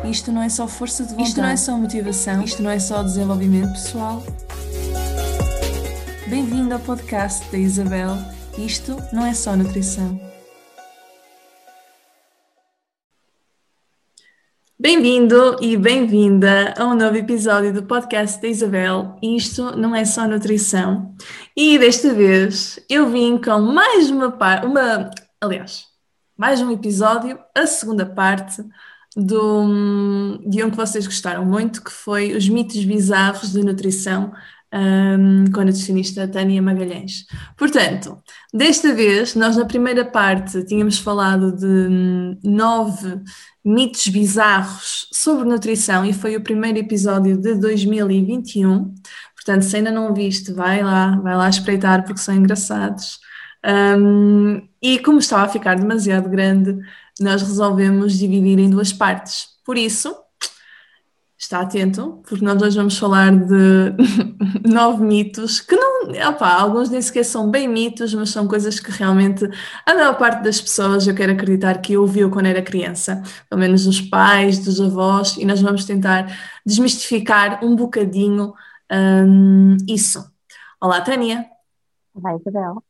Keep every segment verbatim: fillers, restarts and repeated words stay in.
Isto não é só força de vontade. Isto não é só motivação. Isto não é só desenvolvimento pessoal. Bem-vindo ao podcast da Isabel. Isto não é só nutrição. Bem-vindo e bem-vinda a um novo episódio do podcast da Isabel. Isto não é só nutrição. E desta vez eu vim com mais uma parte, uma, aliás, mais um episódio, a segunda parte do, de um que vocês gostaram muito, que foi os mitos bizarros de nutrição, um, com a nutricionista Tânia Magalhães. Portanto, desta vez, nós na primeira parte tínhamos falado de nove mitos bizarros sobre nutrição e foi o primeiro episódio de dois mil e vinte e um. Portanto, se ainda não viste, vai lá, vai lá espreitar porque são engraçados. Um, e como estava a ficar demasiado grande, nós resolvemos dividir em duas partes. Por isso, está atento, porque nós hoje vamos falar de nove mitos, que não, opa, alguns nem sequer são bem mitos, mas são coisas que realmente a maior parte das pessoas, eu quero acreditar que ouviu quando era criança, pelo menos dos pais, dos avós, e nós vamos tentar desmistificar um bocadinho um, isso. Olá, Tânia. Olá, Isabel.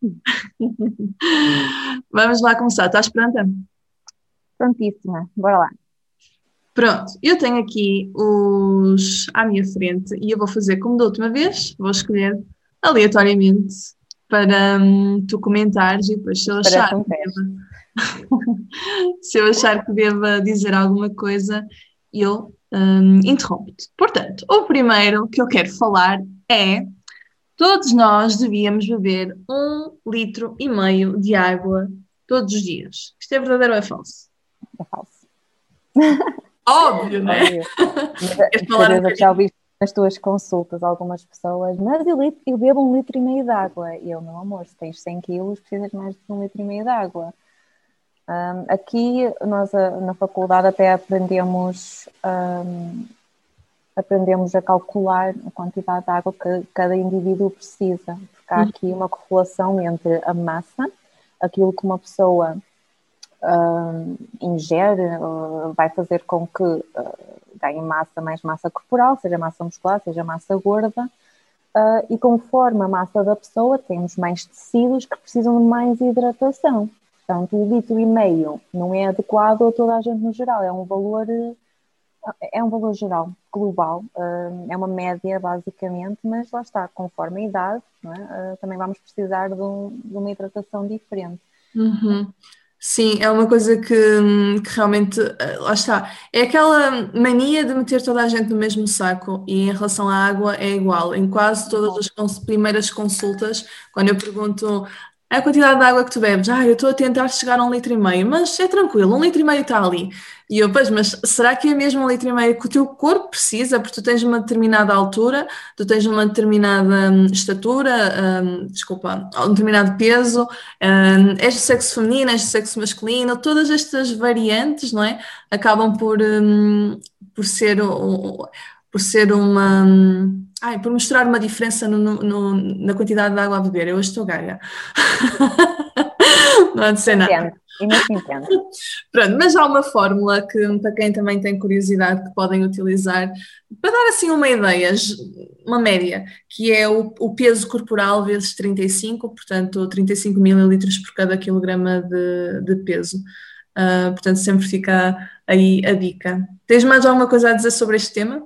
Vamos lá começar, estás pronta? Prontíssima, bora lá. Pronto, eu tenho aqui os à minha frente e eu vou fazer como da última vez, vou escolher aleatoriamente para hum, tu comentares e depois se eu achar que deva, se eu achar que deva dizer alguma coisa, eu hum, interrompo-te. Portanto, o primeiro que eu quero falar é: todos nós devíamos beber um litro e meio de água todos os dias. Isto é verdadeiro ou é falso? É falso. Óbvio, não é? Óbvio. Mas, eu já ouvi nas tuas consultas algumas pessoas, mas eu, eu bebo um litro e meio de água. E eu, meu amor, se tens cem quilos, precisas mais de um litro e meio de água. Um, aqui, nós na faculdade até aprendemos, um, aprendemos a calcular a quantidade de água que cada indivíduo precisa. Porque há aqui uma correlação entre a massa, aquilo que uma pessoa Uh, ingere, uh, vai fazer com que uh, ganhe massa, mais massa corporal, seja massa muscular, seja massa gorda, uh, e conforme a massa da pessoa temos mais tecidos que precisam de mais hidratação. Portanto, o litro e meio não é adequado a toda a gente no geral, é um valor, é um valor geral, global, uh, é uma média basicamente, mas lá está, conforme a idade, não é? uh, também vamos precisar de, um, de uma hidratação diferente. Uhum. Sim, é uma coisa que, que realmente, lá está, é aquela mania de meter toda a gente no mesmo saco e em relação à água é igual. Em quase todas as cons- primeiras consultas, quando eu pergunto a quantidade de água que tu bebes, ah, eu estou a tentar chegar a um litro e meio, mas é tranquilo, um litro e meio está ali. E eu, pois, mas será que é mesmo um litro e meio que o teu corpo precisa? Porque tu tens uma determinada altura, tu tens uma determinada hum, estatura, hum, desculpa, um determinado peso, hum, és do sexo feminino, és do sexo masculino, todas estas variantes, não é? Acabam por, hum, por ser, o- por ser uma... hum, Ai, por mostrar uma diferença no- no- no- na quantidade de água a beber. Eu hoje estou gaga. Não há de ser nada. Entendo, e não se entende. Pronto, mas há uma fórmula que, para quem também tem curiosidade, que podem utilizar para dar assim uma ideia, uma média, que é o, o peso corporal vezes trinta e cinco, portanto trinta e cinco mililitros por cada quilograma de, de peso. Uh, portanto, sempre fica aí a dica. Tens mais alguma coisa a dizer sobre este tema?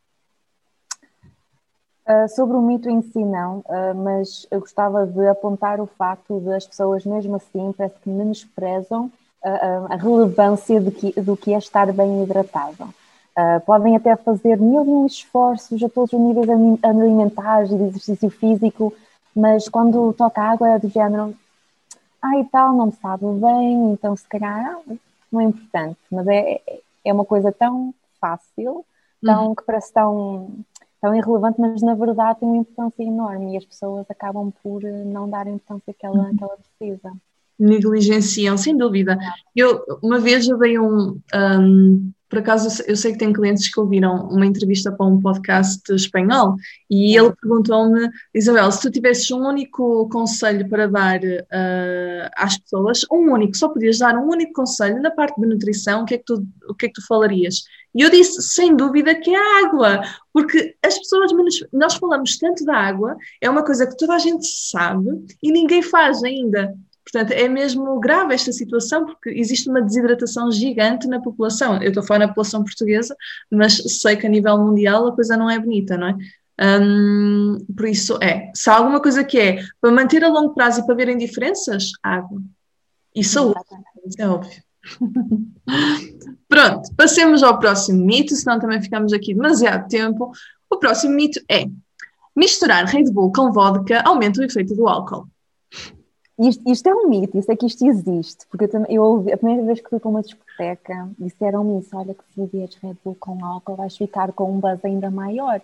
Uh, sobre o mito em si não, uh, mas eu gostava de apontar o facto de as pessoas mesmo assim parece que menosprezam uh, a relevância de que, do que é estar bem hidratado. Uh, podem até fazer mil e um esforços a todos os níveis alimentares e de exercício físico, mas quando toca a água é do género, ah e tal, não me sabe bem, então se calhar não é importante, mas é, é uma coisa tão fácil, tão, uhum. que parece tão... tão irrelevante, mas na verdade tem uma importância enorme e as pessoas acabam por não dar a importância que ela, que ela precisa. Negligenciam, sem dúvida. Eu, uma vez eu dei um, um, por acaso eu sei que tem clientes que ouviram uma entrevista para um podcast espanhol e ele perguntou-me, Isabel, se tu tivesses um único conselho para dar uh, às pessoas, um único, só podias dar um único conselho na parte de nutrição, o que é que tu, o que é que tu falarias? E eu disse, sem dúvida, que é a água, porque as pessoas, nós falamos tanto da água, é uma coisa que toda a gente sabe e ninguém faz ainda. Portanto, é mesmo grave esta situação, porque existe uma desidratação gigante na população. Eu estou a falar na população portuguesa, mas sei que a nível mundial a coisa não é bonita, não é? Hum, por isso, é. Se há alguma coisa que é para manter a longo prazo e para verem diferenças, água. E saúde, isso é óbvio. Pronto, passemos ao próximo mito, senão também ficamos aqui demasiado tempo. O próximo mito é: misturar Red Bull com vodka aumenta o efeito do álcool. Isto, isto é um mito, isso é que isto existe, porque eu, também, eu ouvi, a primeira vez que fui para uma discoteca, disseram-me isso: olha, que se beberes Red Bull com álcool vais ficar com um buzz ainda maior.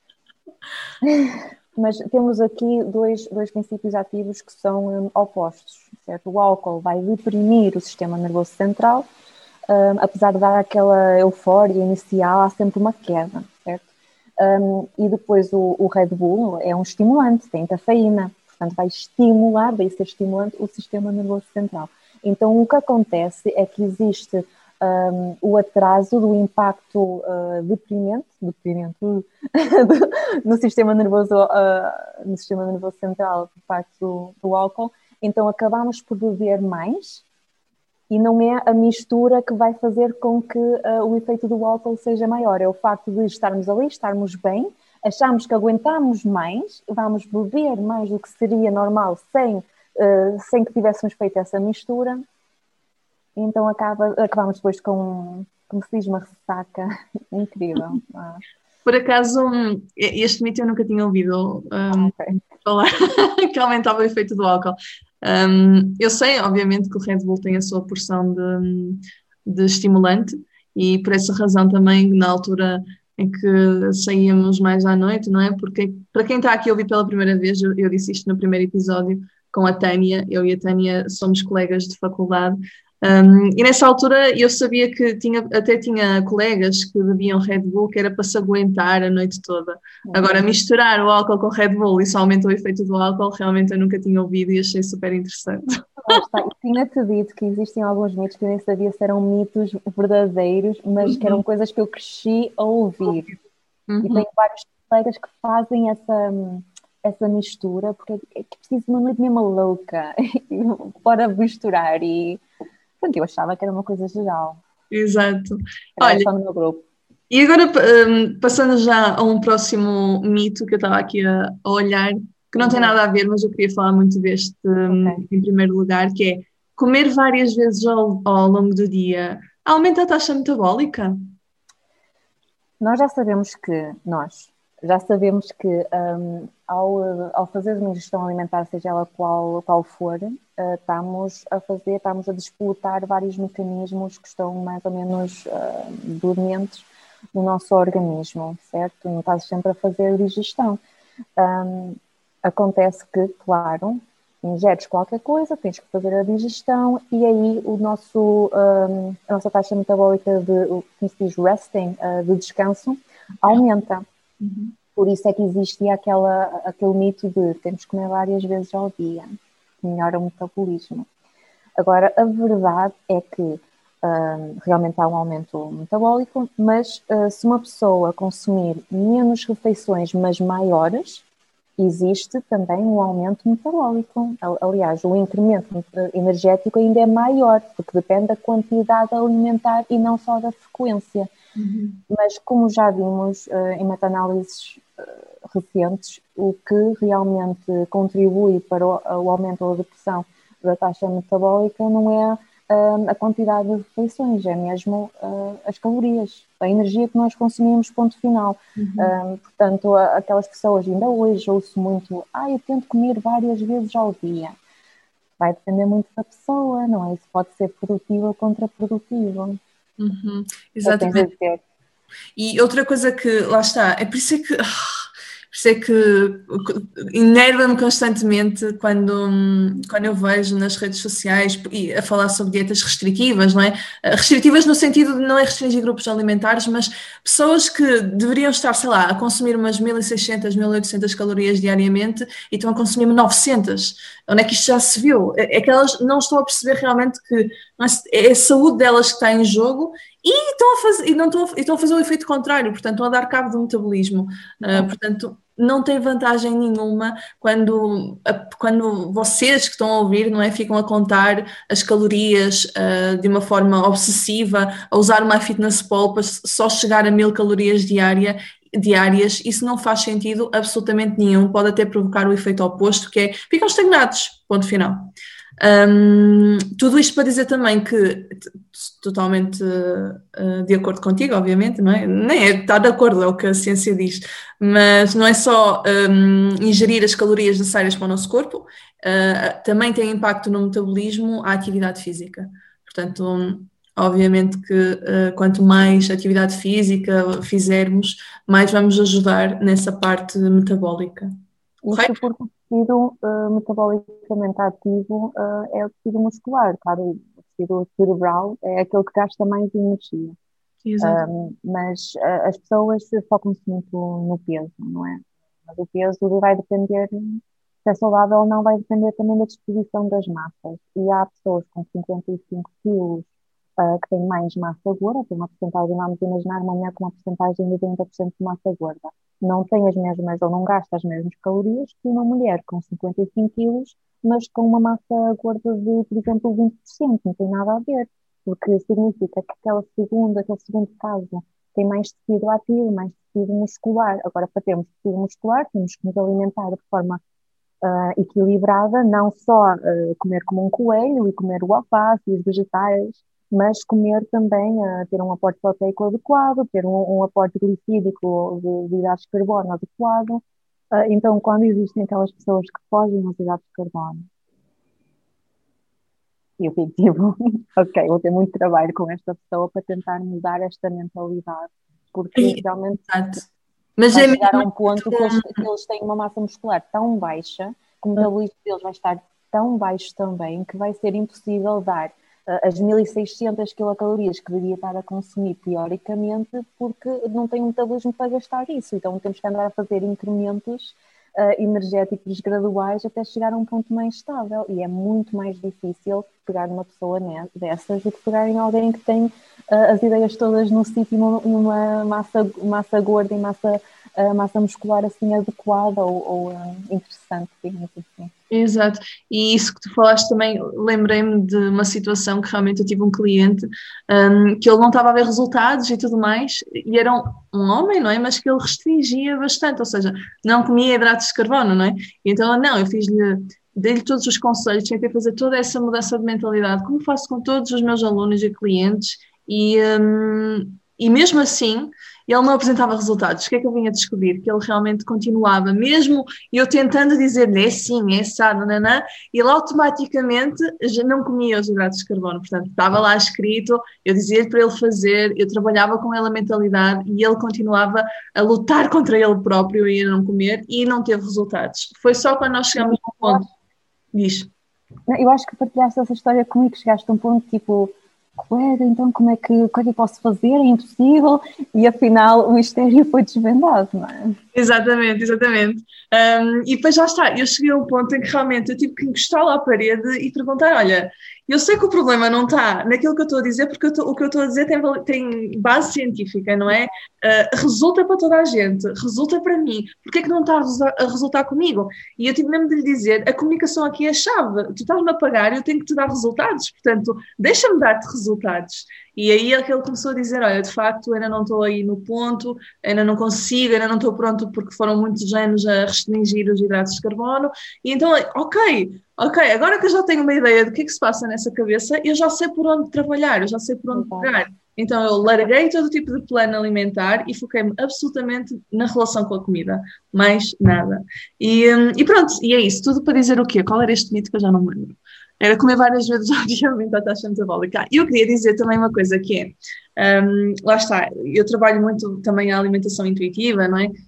Mas temos aqui dois, dois princípios ativos que são um, opostos, certo? O álcool vai deprimir o sistema nervoso central, um, apesar de dar aquela euforia inicial, há sempre uma queda, certo? Um, e depois o, o Red Bull é um estimulante, tem cafeína, portanto vai estimular, vai ser estimulante o sistema nervoso central. Então o que acontece é que existe Um, o atraso do impacto uh, deprimente, deprimente uh, no sistema nervoso, uh, no sistema nervoso central por parte do, do álcool. Então acabamos por beber mais e não é a mistura que vai fazer com que uh, o efeito do álcool seja maior, é o facto de estarmos ali, estarmos bem, achamos que aguentamos mais, vamos beber mais do que seria normal sem, uh, sem que tivéssemos feito essa mistura. Então acaba, acabamos depois com, como se diz, uma ressaca incrível. Ah. Por acaso, este mito eu nunca tinha ouvido um, okay. falar que aumentava o efeito do álcool. Um, eu sei, obviamente, que o Red Bull tem a sua porção de, de estimulante e por essa razão também, na altura em que saíamos mais à noite, não é? Porque para quem está aqui a ouvir pela primeira vez, eu, eu disse isto no primeiro episódio com a Tânia, eu e a Tânia somos colegas de faculdade. Um, e nessa altura eu sabia que tinha, até tinha colegas que bebiam Red Bull que era para se aguentar a noite toda. Agora, misturar o álcool com Red Bull, isso aumenta o efeito do álcool, realmente eu nunca tinha ouvido e achei super interessante. Tinha-te dito que existem alguns mitos que eu nem sabia se eram mitos verdadeiros, mas uhum. que eram coisas que eu cresci a ouvir. Uhum. E tenho vários colegas que fazem essa... essa mistura, porque é que preciso de uma noite mesmo louca para misturar e pronto, eu achava que era uma coisa geral. Exato. Era Olha, só no meu grupo. E agora, um, passando já a um próximo mito que eu estava aqui a, a olhar, que não uhum. tem nada a ver, mas eu queria falar muito deste um, okay. em primeiro lugar, que é comer várias vezes ao, ao longo do dia aumenta a taxa metabólica? Nós já sabemos que, nós, já sabemos que um, ao, ao fazer uma ingestão alimentar, seja ela qual, qual for, uh, estamos a fazer, estamos a despolutar vários mecanismos que estão mais ou menos uh, dormentes no nosso organismo, certo? Não estás sempre a fazer a digestão. Um, acontece que, claro, ingeres qualquer coisa, tens que fazer a digestão e aí o nosso, um, a nossa taxa metabólica de, como se diz, resting, uh, de descanso, aumenta. Uhum. Por isso é que existia aquela, aquele mito de temos que comer várias vezes ao dia, que melhora o metabolismo. Agora, a verdade é que uh, realmente há um aumento metabólico, mas uh, se uma pessoa consumir menos refeições, mas maiores, existe também um aumento metabólico. Aliás, o incremento energético ainda é maior, porque depende da quantidade alimentar e não só da frequência. Uhum. Mas como já vimos uh, em meta-análises uh, recentes, o que realmente contribui para o, o aumento ou a redução da taxa metabólica não é uh, a quantidade de refeições, é mesmo uh, as calorias, a energia que nós consumimos, ponto final. Uhum. Uh, portanto, a, aquelas pessoas, ainda hoje ouço muito, ah, eu tento comer várias vezes ao dia. Vai depender muito da pessoa, não é? Isso pode ser produtivo ou contraprodutivo. Uhum, exatamente. E outra coisa que, lá está, é por isso é que, por isso é que enerva-me constantemente quando, quando eu vejo nas redes sociais e a falar sobre dietas restritivas, não é? Restritivas no sentido de não é restringir grupos alimentares, mas pessoas que deveriam estar, sei lá, a consumir umas mil e seiscentas, mil e oitocentas calorias diariamente e estão a consumir novecentas. Onde é que isto já se viu? É que elas não estão a perceber realmente que Mas é a saúde delas que está em jogo e, estão a fazer, e, não estão a, e estão a fazer o efeito contrário, portanto, estão a dar cabo do metabolismo. Uh, portanto, não tem vantagem nenhuma quando, quando vocês que estão a ouvir, não é, ficam a contar as calorias uh, de uma forma obsessiva, a usar uma MyFitnessPal para só chegar a mil calorias diária, diárias. Isso não faz sentido absolutamente nenhum, pode até provocar o efeito oposto, que é, ficam estagnados, ponto final. Um, tudo isto para dizer também que, totalmente uh, de acordo contigo, obviamente, não é? Nem é estar de acordo, é o que a ciência diz, mas não é só um, ingerir as calorias necessárias para o nosso corpo, uh, também tem impacto no metabolismo a atividade física. Portanto, um, obviamente que uh, quanto mais atividade física fizermos, mais vamos ajudar nessa parte metabólica. Isso porque o tecido uh, metabolicamente ativo uh, é o tecido muscular, claro, o tecido cerebral é aquele que gasta mais energia. Exato. Um, mas uh, as pessoas focam-se muito no peso, não é? Mas o peso vai depender, se é saudável ou não, vai depender também da disposição das massas. E há pessoas com cinquenta e cinco quilos uh, que têm mais massa gorda, tem uma porcentagem, vamos imaginar, uma mulher com uma porcentagem de oitenta por cento de massa gorda. Não tem as mesmas, ou não gasta as mesmas calorias que uma mulher com cinquenta e cinco quilos, mas com uma massa gorda de, por exemplo, vinte por cento, não tem nada a ver, porque significa que aquela segunda, aquele segundo caso tem mais tecido ativo, mais tecido muscular. Agora, para termos tecido muscular, temos que nos alimentar de forma uh, equilibrada, não só uh, comer como um coelho e comer o alface e os vegetais, mas comer também, uh, ter um aporte proteico adequado, ter um, um aporte glicídico de, de hidratos de carbono adequado. Uh, então, quando existem aquelas pessoas que fogem aos hidratos de carbono, eu fico tipo, ok, vou ter muito trabalho com esta pessoa para tentar mudar esta mentalidade, porque E, realmente mas vai é chegar a mesmo... um ponto que eles, que eles têm uma massa muscular tão baixa, que o metabolismo deles vai estar tão baixo também, que vai ser impossível dar as mil e seiscentas quilocalorias que deveria estar a consumir teoricamente, porque não tem um metabolismo para gastar isso. Então temos que andar a fazer incrementos uh, energéticos graduais até chegar a um ponto mais estável. E é muito mais difícil pegar numa pessoa dessas do que pegar em alguém que tem uh, as ideias todas no sítio, numa massa, massa gorda e massa, uh, massa muscular assim adequada ou, ou uh, interessante, digamos assim. Exato, e isso que tu falaste também, lembrei-me de uma situação que realmente eu tive um cliente um, que ele não estava a ver resultados e tudo mais, e era um, um homem, não é? Mas que ele restringia bastante, ou seja, não comia hidratos de carbono, não é? E então, não, eu fiz-lhe, dei-lhe todos os conselhos, tentei fazer toda essa mudança de mentalidade, como faço com todos os meus alunos e clientes, e, um, e mesmo assim ele não apresentava resultados. O que é que eu vinha descobrir? Que ele realmente continuava, mesmo eu tentando dizer-lhe é sim, é assado, nanã, ele automaticamente já não comia os hidratos de carbono. Portanto, estava lá escrito, eu dizia-lhe para ele fazer, eu trabalhava com ele a mentalidade e ele continuava a lutar contra ele próprio e a não comer e não teve resultados. Foi só quando nós chegamos a um ponto. Diz. Eu acho que partilhaste essa história comigo, chegaste a um ponto tipo... Colega, então como é que, o que é que eu posso fazer? É impossível. E afinal o mistério foi desvendado, não é? Exatamente, exatamente. Um, e depois já está, eu cheguei a um ponto em que realmente eu tive que encostar lá à parede e perguntar, olha, eu sei que o problema não está naquilo que eu estou a dizer, porque eu tô, o que eu estou a dizer tem, tem base científica, não é? Uh, resulta para toda a gente, resulta para mim, porque é que não está a, a resultar comigo? E eu tive mesmo de lhe dizer, a comunicação aqui é a chave, tu estás-me a pagar, eu tenho que te dar resultados, portanto, deixa-me dar-te resultados. E aí é que ele começou a dizer, olha, de facto, ainda não estou aí no ponto, ainda não consigo, ainda não estou pronto porque foram muitos anos a restringir os hidratos de carbono. E então, ok, ok, agora que eu já tenho uma ideia do que é que se passa nessa cabeça, eu já sei por onde trabalhar, eu já sei por onde pegar. Então eu larguei todo tipo de plano alimentar e foquei-me absolutamente na relação com a comida, mais nada. E, um, e pronto, e é isso, tudo para dizer o quê? Qual era este mito que eu já não me lembro? Era comer várias vezes, obviamente, a taxa metabólica. E eu queria dizer também uma coisa que é, um, lá está, eu trabalho muito também a alimentação intuitiva, não é?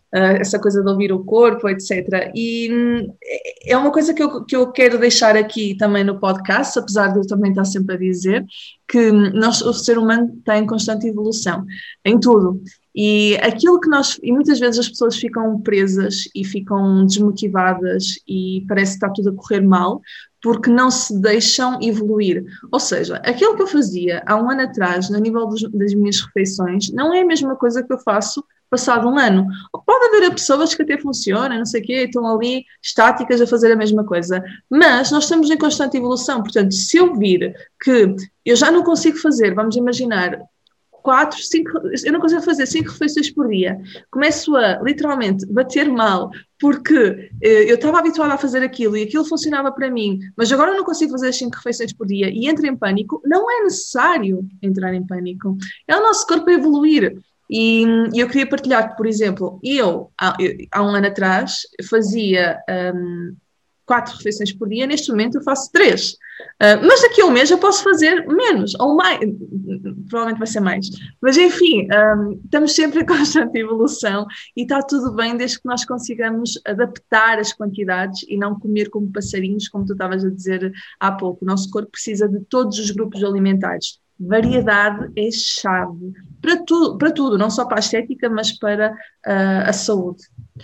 uh, essa coisa de ouvir o corpo, etcétera. E hum, é uma coisa que eu, que eu quero deixar aqui também no podcast, apesar de eu também estar sempre a dizer que nós, o ser humano está em constante evolução, em tudo. E aquilo que nós, e muitas vezes as pessoas ficam presas e ficam desmotivadas e parece que está tudo a correr mal, porque não se deixam evoluir. Ou seja, aquilo que eu fazia há um ano atrás, no nível dos, das minhas refeições, não é a mesma coisa que eu faço passado um ano. Pode haver pessoas que até funcionam, não sei o quê, estão ali estáticas a fazer a mesma coisa, mas nós estamos em constante evolução. Portanto, se eu vir que eu já não consigo fazer, vamos imaginar, quatro, cinco, eu não consigo fazer cinco refeições por dia, começo a literalmente bater mal porque eh, eu estava habituada a fazer aquilo e aquilo funcionava para mim, mas agora eu não consigo fazer as cinco refeições por dia e entro em pânico, não é necessário entrar em pânico, é o nosso corpo a evoluir. E, e eu queria partilhar que, por exemplo, eu há, eu, há um ano atrás fazia um, quatro refeições por dia, neste momento eu faço três. Uh, mas daqui a um mês eu posso fazer menos, ou mais, provavelmente vai ser mais. Mas enfim, um, estamos sempre em constante evolução e está tudo bem desde que nós consigamos adaptar as quantidades e não comer como passarinhos, como tu estavas a dizer há pouco. O nosso corpo precisa de todos os grupos alimentares. Variedade é chave para tudo, para tudo, não só para a estética, mas para uh, a saúde.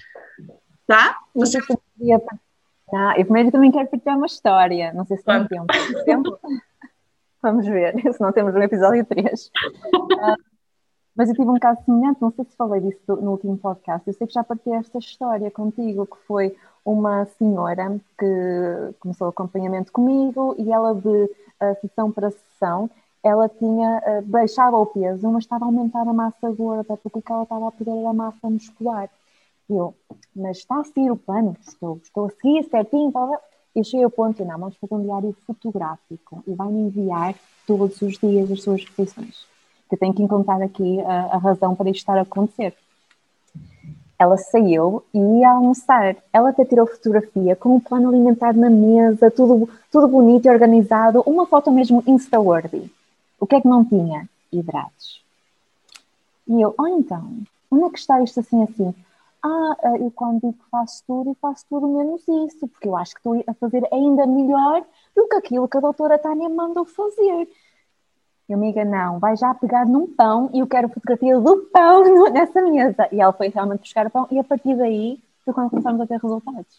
Tá? Você... Não, eu primeiro também quero partilhar uma história. Não sei se tem tempo. tempo. Vamos ver, se não temos no episódio três. Uh, mas eu tive um caso semelhante, não sei se falei disso no último podcast. Eu sei que já partilhei esta história contigo, que foi uma senhora que começou o acompanhamento comigo e ela de uh, sessão para sessão, ela tinha, uh, baixava o peso, mas estava a aumentar a massa gorda, porque o que ela estava a perder era a massa muscular. E eu, mas está a seguir o plano? Estou, estou a seguir certinho. Eu cheguei ao ponto e não, vamos fazer um diário fotográfico e vai-me enviar todos os dias as suas refeições. Eu tenho que encontrar aqui a, a razão para isto estar a acontecer. Ela saiu e ia almoçar. Ela até tirou fotografia com o plano alimentar na mesa, tudo, tudo bonito e organizado. Uma foto mesmo Insta-worthy. O que é que não tinha? Hidratos. E eu, oh então, onde é que está isto assim assim? Ah, eu quando digo que faço tudo, eu faço tudo menos isso, porque eu acho que estou a fazer ainda melhor do que aquilo que a doutora Tânia mandou fazer. Eu, amiga, não, vai já pegar num pão e eu quero a fotografia do pão nessa mesa. E ela foi realmente buscar o pão e a partir daí foi quando começamos a ter resultados.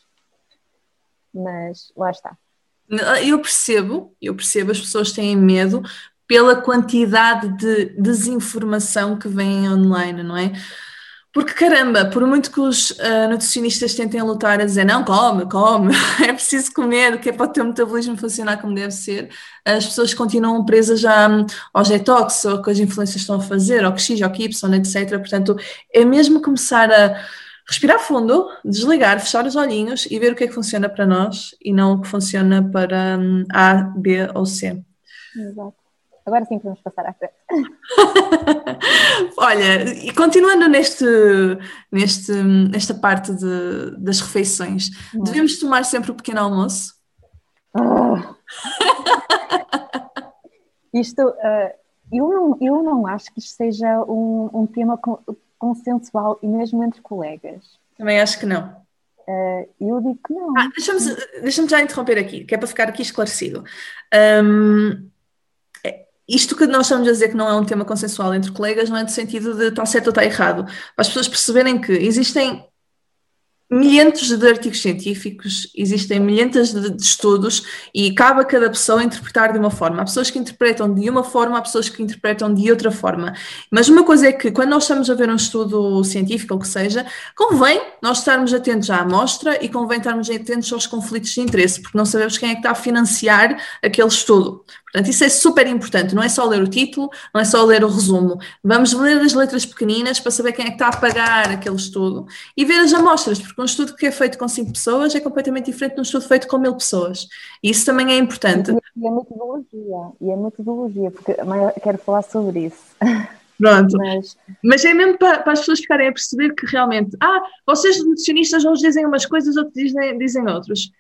Mas lá está. Eu percebo, eu percebo, as pessoas têm medo pela quantidade de desinformação que vem online, não é? Porque, caramba, por muito que os uh, nutricionistas tentem lutar a dizer não, come, come, é preciso comer, que é para o teu metabolismo funcionar como deve ser, as pessoas continuam presas já aos detox, ou que as influências estão a fazer, ou que X, ou que Y, etcétera. Portanto, é mesmo começar a respirar fundo, desligar, fechar os olhinhos e ver o que é que funciona para nós e não o que funciona para um, A, B ou C. Exato. Agora sim podemos passar à frente. Olha, e continuando neste, neste, nesta parte de, das refeições, hum. devemos tomar sempre o pequeno almoço? Ah. Isto, uh, eu, não, eu não acho que isto seja um, um tema consensual e mesmo entre colegas. Também acho que não. Uh, eu digo que não. Ah, deixa-me, deixa-me já interromper aqui, que é para ficar aqui esclarecido. Um, Isto que nós estamos a dizer que não é um tema consensual entre colegas não é no sentido de está certo ou está errado. Para as pessoas perceberem que existem milhentos de artigos científicos, existem milhentas de, de estudos e cabe a cada pessoa interpretar de uma forma. Há pessoas que interpretam de uma forma, há pessoas que interpretam de outra forma. Mas uma coisa é que quando nós estamos a ver um estudo científico ou o que seja, convém nós estarmos atentos à amostra e convém estarmos atentos aos conflitos de interesse, porque não sabemos quem é que está a financiar aquele estudo. Portanto, isso é super importante, não é só ler o título, não é só ler o resumo. Vamos ler as letras pequeninas para saber quem é que está a pagar aquele estudo e ver as amostras, porque um estudo que é feito com cinco pessoas é completamente diferente de um estudo feito com mil pessoas. E isso também é importante. E a metodologia, e a metodologia, porque eu quero falar sobre isso. Pronto, mas, mas é mesmo para, para as pessoas ficarem a perceber que realmente, ah, vocês nutricionistas uns dizem umas coisas, outros dizem, dizem outras.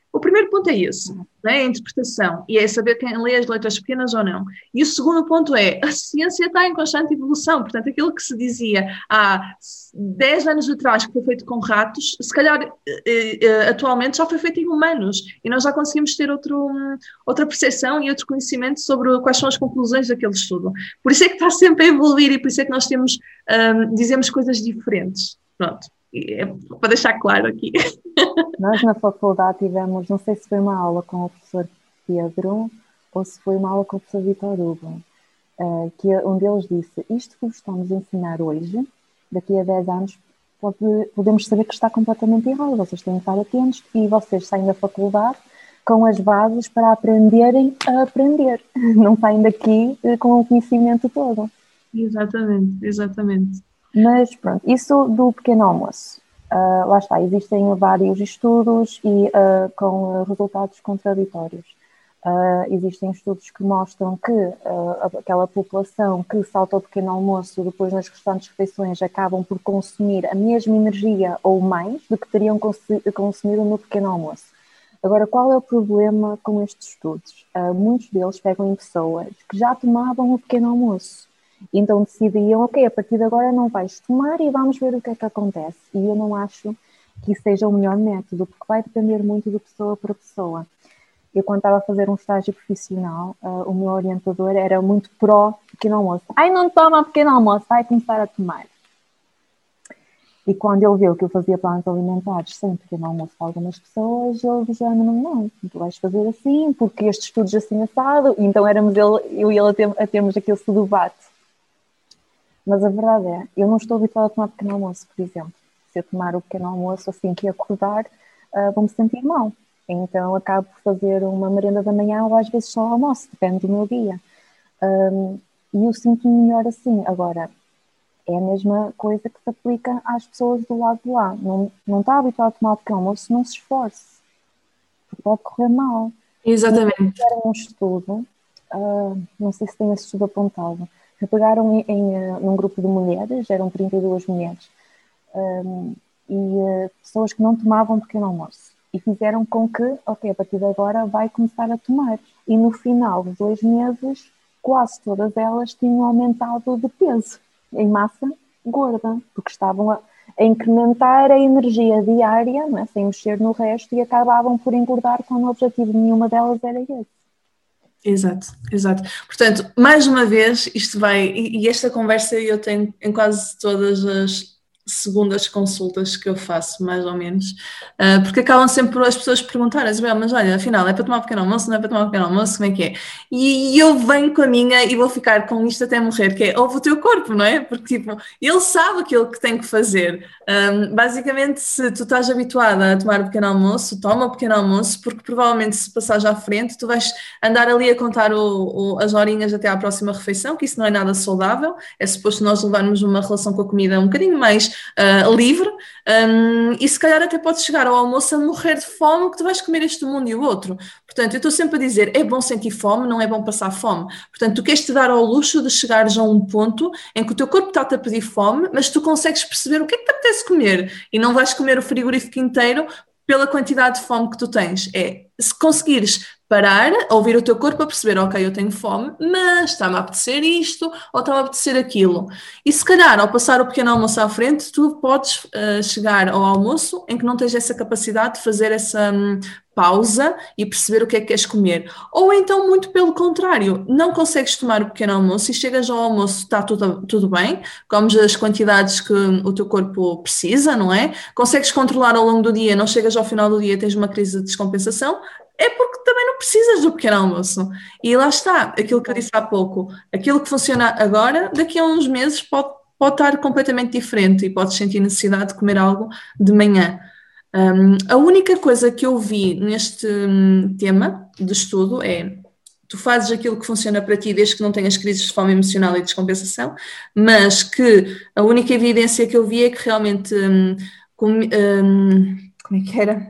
O primeiro ponto é esse, né? A interpretação, e é saber quem lê as letras pequenas ou não. E o segundo ponto é, a ciência está em constante evolução, portanto, aquilo que se dizia há dez anos atrás que foi feito com ratos, se calhar eh, eh, atualmente já foi feito em humanos, e nós já conseguimos ter outro, outra percepção e outro conhecimento sobre quais são as conclusões daquele estudo. Por isso é que está sempre a evoluir e por isso é que nós temos, um, dizemos coisas diferentes. Pronto. É para deixar claro aqui. Nós na faculdade tivemos, não sei se foi uma aula com o professor Pedro ou se foi uma aula com o professor Vitor Hugo, uh, que um deles disse, isto que vos estamos a ensinar hoje, daqui a dez anos, pode, podemos saber que está completamente errado, vocês têm que estar atentos e vocês saem da faculdade com as bases para aprenderem a aprender, não saem daqui com o conhecimento todo. Exatamente, exatamente. Mas pronto, isso do pequeno almoço, uh, lá está, existem vários estudos e uh, com uh, resultados contraditórios. Uh, existem estudos que mostram que uh, aquela população que salta ao pequeno almoço depois nas restantes refeições acabam por consumir a mesma energia ou mais do que teriam consumido no pequeno almoço. Agora, qual é o problema com estes estudos? Uh, muitos deles pegam em pessoas que já tomavam o pequeno almoço. Então decidiam, ok, a partir de agora não vais tomar e vamos ver o que é que acontece. E eu não acho que isso seja o melhor método, porque vai depender muito de pessoa para pessoa. Eu, quando estava a fazer um estágio profissional, uh, o meu orientador era muito pró pequeno almoço. Ai, não toma pequeno almoço, vai começar a tomar. E quando ele viu que eu fazia planos alimentares sem pequeno almoço para algumas pessoas, ele dizia, não, não, tu vais fazer assim, porque estes estudos assim assado. E então éramos ele, eu e ele a, ter, a termos aquele debate. Mas a verdade é, eu não estou habituada a tomar pequeno almoço, por exemplo. Se eu tomar o pequeno almoço assim que acordar, uh, vou-me sentir mal. Então acabo por fazer uma merenda da manhã ou às vezes só almoço, depende do meu dia. Um, e eu sinto-me melhor assim. Agora, é a mesma coisa que se aplica às pessoas do lado de lá. Não, não está habituado a tomar o pequeno almoço, não se esforce. Porque pode correr mal. Exatamente. E fizeram um estudo, uh, não sei se tem esse estudo apontado, que pegaram em, em, num grupo de mulheres, eram trinta e duas mulheres, um, e uh, pessoas que não tomavam pequeno almoço. E fizeram com que, ok, a partir de agora vai começar a tomar. E no final de dois meses, quase todas elas tinham aumentado de peso, em massa gorda, porque estavam a, a incrementar a energia diária, não é, sem mexer no resto, e acabavam por engordar quando o objetivo de nenhuma delas era esse. Exato, exato. Portanto, mais uma vez, isto vai, e, e esta conversa eu tenho em quase todas as segundas consultas que eu faço, mais ou menos, uh, porque acabam sempre por as pessoas perguntarem, Isabel, mas olha, afinal, é para tomar um pequeno almoço, não é para tomar um pequeno almoço, como é que é? E, e eu venho com a minha e vou ficar com isto até morrer, que é, ouve o teu corpo, não é? Porque, tipo, ele sabe aquilo que tem que fazer. Um, basicamente, se tu estás habituada a tomar o pequeno almoço, toma o pequeno almoço, porque provavelmente se passares à frente, tu vais andar ali a contar o, o, as horinhas até à próxima refeição, que isso não é nada saudável, é suposto nós levarmos uma relação com a comida um bocadinho mais Uh, livre, um, e se calhar até podes chegar ao almoço a morrer de fome, que tu vais comer este mundo e o outro. Portanto, eu estou sempre a dizer, é bom sentir fome, não é bom passar fome. Portanto, tu queres te dar ao luxo de chegares a um ponto em que o teu corpo está-te a pedir fome, mas tu consegues perceber o que é que te apetece comer, e não vais comer o frigorífico inteiro pela quantidade de fome que tu tens. É, se conseguires parar, ouvir o teu corpo a perceber, ok, eu tenho fome, mas está-me a apetecer isto ou está-me a apetecer aquilo. E se calhar, ao passar o pequeno almoço à frente, tu podes uh, chegar ao almoço em que não tens essa capacidade de fazer essa um, pausa e perceber o que é que queres comer. Ou então, muito pelo contrário, não consegues tomar o pequeno almoço e chegas ao almoço, está tudo, tudo bem, comes as quantidades que o teu corpo precisa, não é? Consegues controlar ao longo do dia, não chegas ao final do dia e tens uma crise de descompensação, é porque também não precisas do pequeno almoço. E lá está, aquilo que eu disse há pouco, aquilo que funciona agora, daqui a uns meses pode, pode estar completamente diferente e podes sentir necessidade de comer algo de manhã. Um, a única coisa que eu vi neste um, tema de estudo é, tu fazes aquilo que funciona para ti desde que não tenhas crises de fome emocional e descompensação, mas que a única evidência que eu vi é que realmente, um, com, um, como é que era?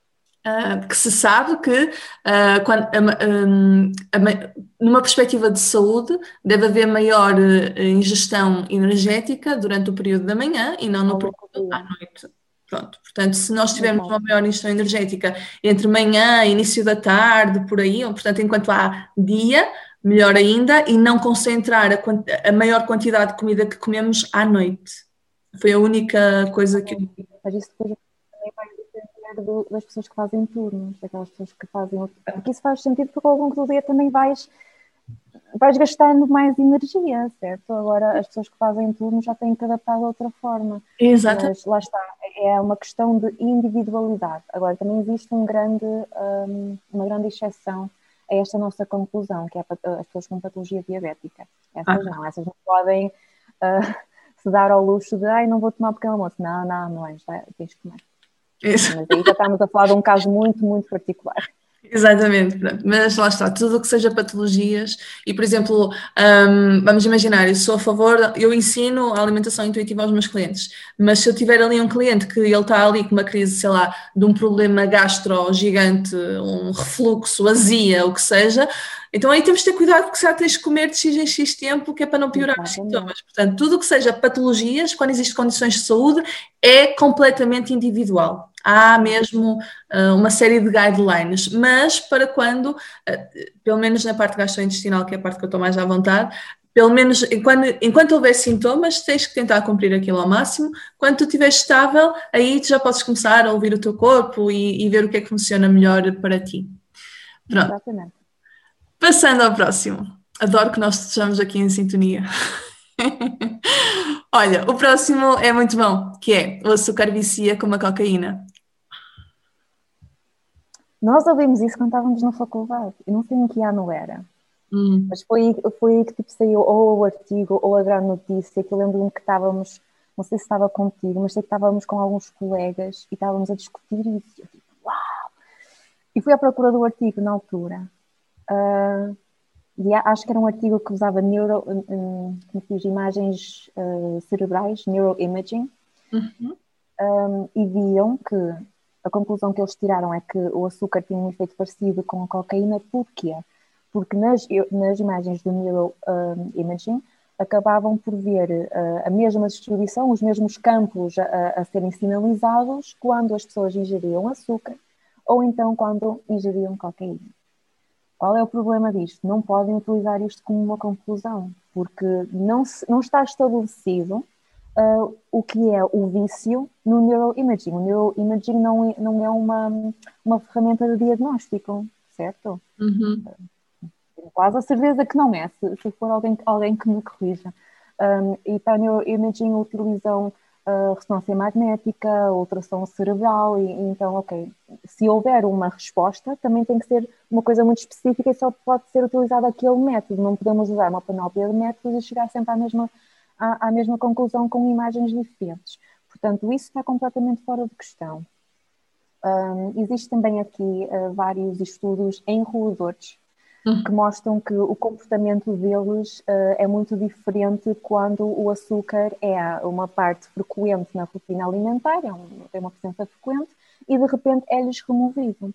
Uh, que se sabe que uh, quando, um, numa perspectiva de saúde deve haver maior uh, ingestão energética durante o período da manhã e não no período à noite. Pronto, portanto, se nós tivermos uma maior ingestão energética entre manhã e início da tarde, por aí, portanto, enquanto há dia, melhor ainda, e não concentrar a, quant- a maior quantidade de comida que comemos à noite. Foi a única coisa que eu... Mas isso depois também vai depender do- das pessoas que fazem turnos, daquelas pessoas que fazem. Porque isso faz sentido, porque ao longo do dia também vais, vais gastando mais energia, certo? Agora, as pessoas que fazem turnos já têm que adaptar de outra forma. Exato. Mas lá está, é uma questão de individualidade. Agora, também existe um grande, um, uma grande exceção a esta nossa conclusão, que é as pessoas com patologia diabética. Essas Ah. não, essas não podem uh, se dar ao luxo de ai, não vou tomar pequeno almoço. Não, não, não é, já tens que comer. Isso. Mas aí já estamos a falar de um caso muito, muito particular. Exatamente, pronto. Mas lá está, tudo o que seja patologias e, por exemplo, hum, vamos imaginar, eu sou a favor, eu ensino a alimentação intuitiva aos meus clientes, mas se eu tiver ali um cliente que ele está ali com uma crise, sei lá, de um problema gastro gigante, um refluxo, azia, o que seja, então aí temos de ter cuidado porque já tens de comer de X em X tempo, que é para não piorar os sintomas. Portanto, tudo o que seja patologias, quando existem condições de saúde, é completamente individual. Há mesmo uh, uma série de guidelines, mas para quando, uh, pelo menos na parte gastrointestinal, que é a parte que eu estou mais à vontade, pelo menos enquanto, enquanto houver sintomas, tens que tentar cumprir aquilo ao máximo. Quando tu estiveres estável, aí tu já podes começar a ouvir o teu corpo e, e ver o que é que funciona melhor para ti. Pronto. Exatamente. Passando ao próximo. Adoro que nós estejamos aqui em sintonia. Olha, o próximo é muito bom, que é o açúcar vicia como a cocaína. Nós ouvimos isso quando estávamos na faculdade. Eu não sei em que ano era. Hum. Mas foi, foi aí que tipo, saiu ou o artigo ou a grande notícia, que eu lembro-me que estávamos, não sei se estava contigo, mas sei que estávamos com alguns colegas e estávamos a discutir isso. Eu tipo, uau! E fui à procura do artigo na altura. Uh, e acho que era um artigo que usava neuro, um, como diz, imagens uh, cerebrais, neuroimaging. Uhum. Um, e viam que a conclusão que eles tiraram é que o açúcar tinha um efeito parecido com a cocaína. Porquê? Porque nas, nas imagens do neuroimaging acabavam por ver uh, a mesma distribuição, os mesmos campos a, a serem sinalizados quando as pessoas ingeriam açúcar ou então quando ingeriam cocaína. Qual é o problema disto? Não podem utilizar isto como uma conclusão, porque não, se, não está estabelecido Uh, o que é o vício no neuroimaging. O neuroimaging não é, não é uma, uma ferramenta de diagnóstico, certo? Uhum. Tenho quase a certeza que não é, se, se for alguém, alguém que me corrija. Um, e para o neuroimaging utilizam uh, ressonância magnética, ultrassom cerebral, e, e então, ok, se houver uma resposta, também tem que ser uma coisa muito específica e só pode ser utilizado aquele método. Não podemos usar uma panóplia de métodos e chegar sempre à mesma à, à mesma conclusão com imagens diferentes. Portanto, isso está completamente fora de questão. Um, existe também aqui uh, vários estudos em roedores uhum. que mostram que o comportamento deles uh, é muito diferente quando o açúcar é uma parte frequente na rotina alimentar, é um, tem uma presença frequente, e de repente é-lhes removido.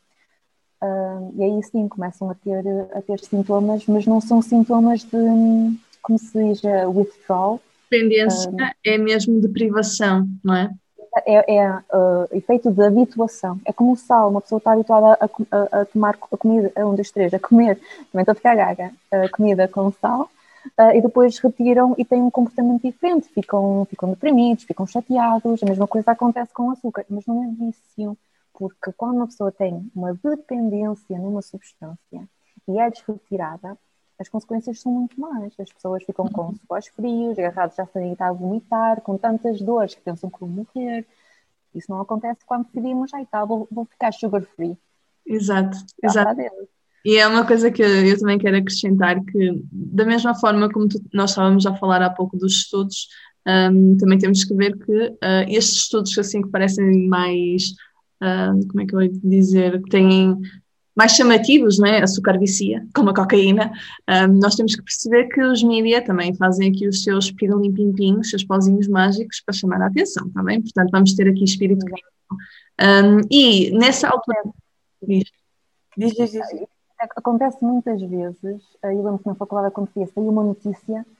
Uh, e aí sim começam a ter, a ter sintomas, mas não são sintomas de, como se diz, uh, withdrawal. Dependência um, é mesmo de privação, não é? É, é uh, efeito de habituação. É como o sal, uma pessoa está habituada a, a, a tomar a comida, um, dois, três, a comer, também estou a ficar gaga, a comida com sal, uh, e depois retiram e têm um comportamento diferente, ficam, ficam deprimidos, ficam chateados, a mesma coisa acontece com o açúcar, mas não é vício, porque quando uma pessoa tem uma dependência numa substância e é-lhes retirada, as consequências são muito más. As pessoas ficam com suores frios, agarrados já sem estar a vomitar, com tantas dores que pensam que vão morrer. Isso não acontece quando decidimos, ai tá, vou, vou ficar sugar free. Exato, exato. E é uma coisa que eu também quero acrescentar, que da mesma forma como tu, nós estávamos a falar há pouco dos estudos, um, também temos que ver que uh, estes estudos assim que parecem mais, uh, como é que eu vou dizer, que têm mais chamativos, né? Açúcar vicia, como a cocaína, um, nós temos que perceber que os mídia também fazem aqui os seus pirilim-pim-pim, os seus pozinhos mágicos para chamar a atenção, está bem? Portanto, vamos ter aqui espírito crítico. Um, e nessa altura... Diz, diz, diz, diz. Acontece muitas vezes, eu lembro que na faculdade acontecia, saiu uma notícia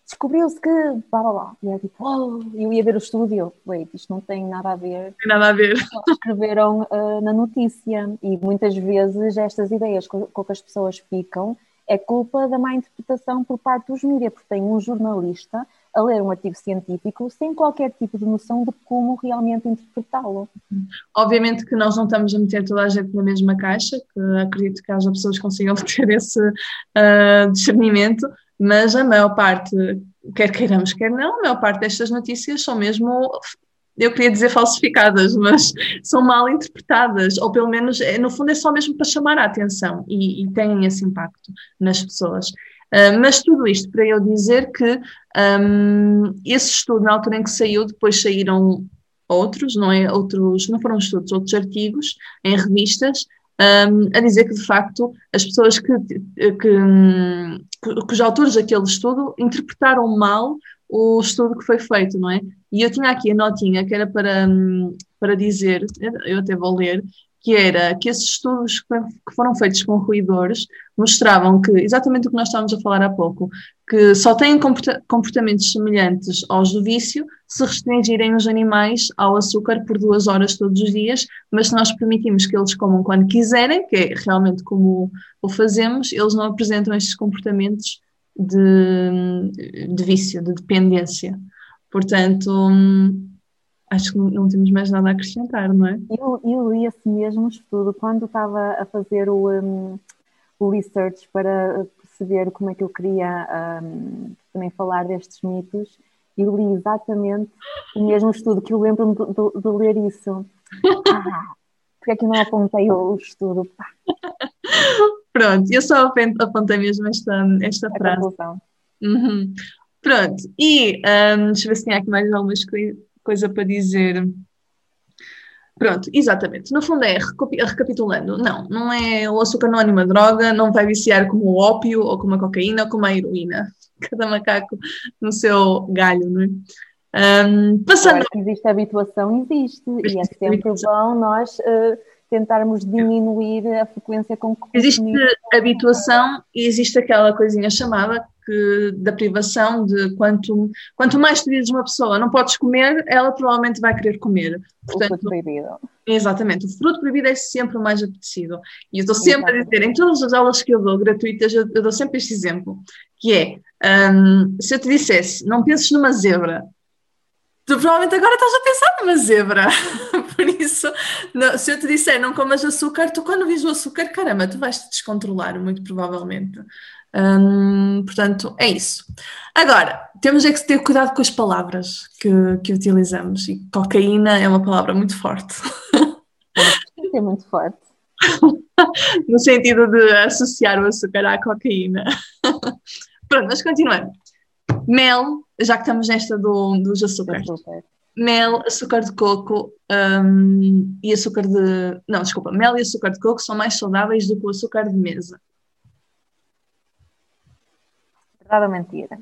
descobriu-se que blá blá blá. E é tipo, oh, eu ia ver o estudo e eu, wait, isto não tem nada a ver. Não tem nada a ver. Só escreveram uh, na notícia. E muitas vezes estas ideias com, com que as pessoas ficam é culpa da má interpretação por parte dos mídias, porque tem um jornalista a ler um artigo científico sem qualquer tipo de noção de como realmente interpretá-lo. Obviamente que nós não estamos a meter toda a gente na mesma caixa, que acredito que haja pessoas que consigam ter esse uh, discernimento, mas a maior parte, quer queiramos, quer não, a maior parte destas notícias são mesmo, eu queria dizer falsificadas, mas são mal interpretadas, ou pelo menos, no fundo é só mesmo para chamar a atenção e, e têm esse impacto nas pessoas. Uh, mas tudo isto para eu dizer que um, esse estudo, na altura em que saiu, depois saíram outros, não é? Outros, não foram estudos, outros artigos em revistas, um, a dizer que, de facto, as pessoas que, que, que, que os autores daquele estudo interpretaram mal o estudo que foi feito, não é? E eu tinha aqui a notinha que era para, para dizer, eu até vou ler, que era que esses estudos que foram feitos com roedores mostravam que, exatamente o que nós estávamos a falar há pouco, que só têm comportamentos semelhantes aos do vício se restringirem os animais ao açúcar por duas horas todos os dias, mas se nós permitimos que eles comam quando quiserem, que é realmente como o fazemos, eles não apresentam estes comportamentos de, de vício, de dependência. Portanto, acho que não temos mais nada a acrescentar, não é? Eu, eu li esse mesmo estudo quando estava a fazer o, um, o research para perceber como é que eu queria um, também falar destes mitos. Eu li exatamente o mesmo estudo, que eu lembro-me de, de, de ler isso. Ah, porque é que eu não apontei o estudo? Pá. Pronto, eu só apontei mesmo esta, esta a frase. Conclusão. Uhum. Pronto, e um, deixa eu ver se tinha aqui mais algumas coisas. coisa para dizer. Pronto, exatamente. No fundo é, recapitulando, não, não é, o açúcar não é nenhuma droga, não vai viciar como o ópio, ou como a cocaína, ou como a heroína. Cada macaco no seu galho, não é? Um, passando... Agora, que existe habituação, existe. Existe e é sempre habituação. Bom nós uh, tentarmos diminuir a frequência com que existe habituação e existe aquela coisinha chamada que, da privação de quanto, quanto mais tu dizes uma pessoa não podes comer, ela provavelmente vai querer comer. Portanto, o fruto proibido. Exatamente, o fruto proibido é sempre o mais apetecido. E eu estou sempre exatamente. a dizer, em todas as aulas que eu dou gratuitas, eu, eu dou sempre este exemplo, que é, um, se eu te dissesse, não penses numa zebra, tu provavelmente agora estás a pensar numa zebra. Por isso, não, se eu te disser não comas açúcar, tu quando vis o açúcar, caramba, tu vais te descontrolar, muito provavelmente. Hum, portanto, é isso. Agora, temos é que ter cuidado com as palavras que, que utilizamos. E cocaína é uma palavra muito forte. É muito forte. No sentido de associar o açúcar à cocaína. Pronto, mas continuando. Mel, já que estamos nesta do, dos açúcares. Açúcar. Mel, açúcar de coco um, e açúcar de... Não, desculpa. Mel e açúcar de coco são mais saudáveis do que o açúcar de mesa. Verdade ou mentira?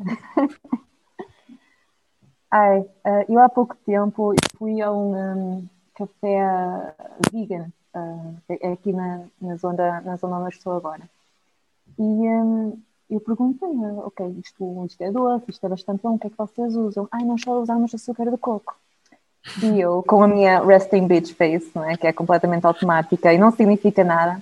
Ai, eu há pouco tempo fui a um, um café vegan, uh, aqui na, na, zona, na zona onde estou agora. E... Um, eu perguntei, ok, isto, isto é doce, isto é bastante bom, o que é que vocês usam? Ai, nós só usamos açúcar de coco. E eu, com a minha resting bitch face, não é? Que é completamente automática e não significa nada.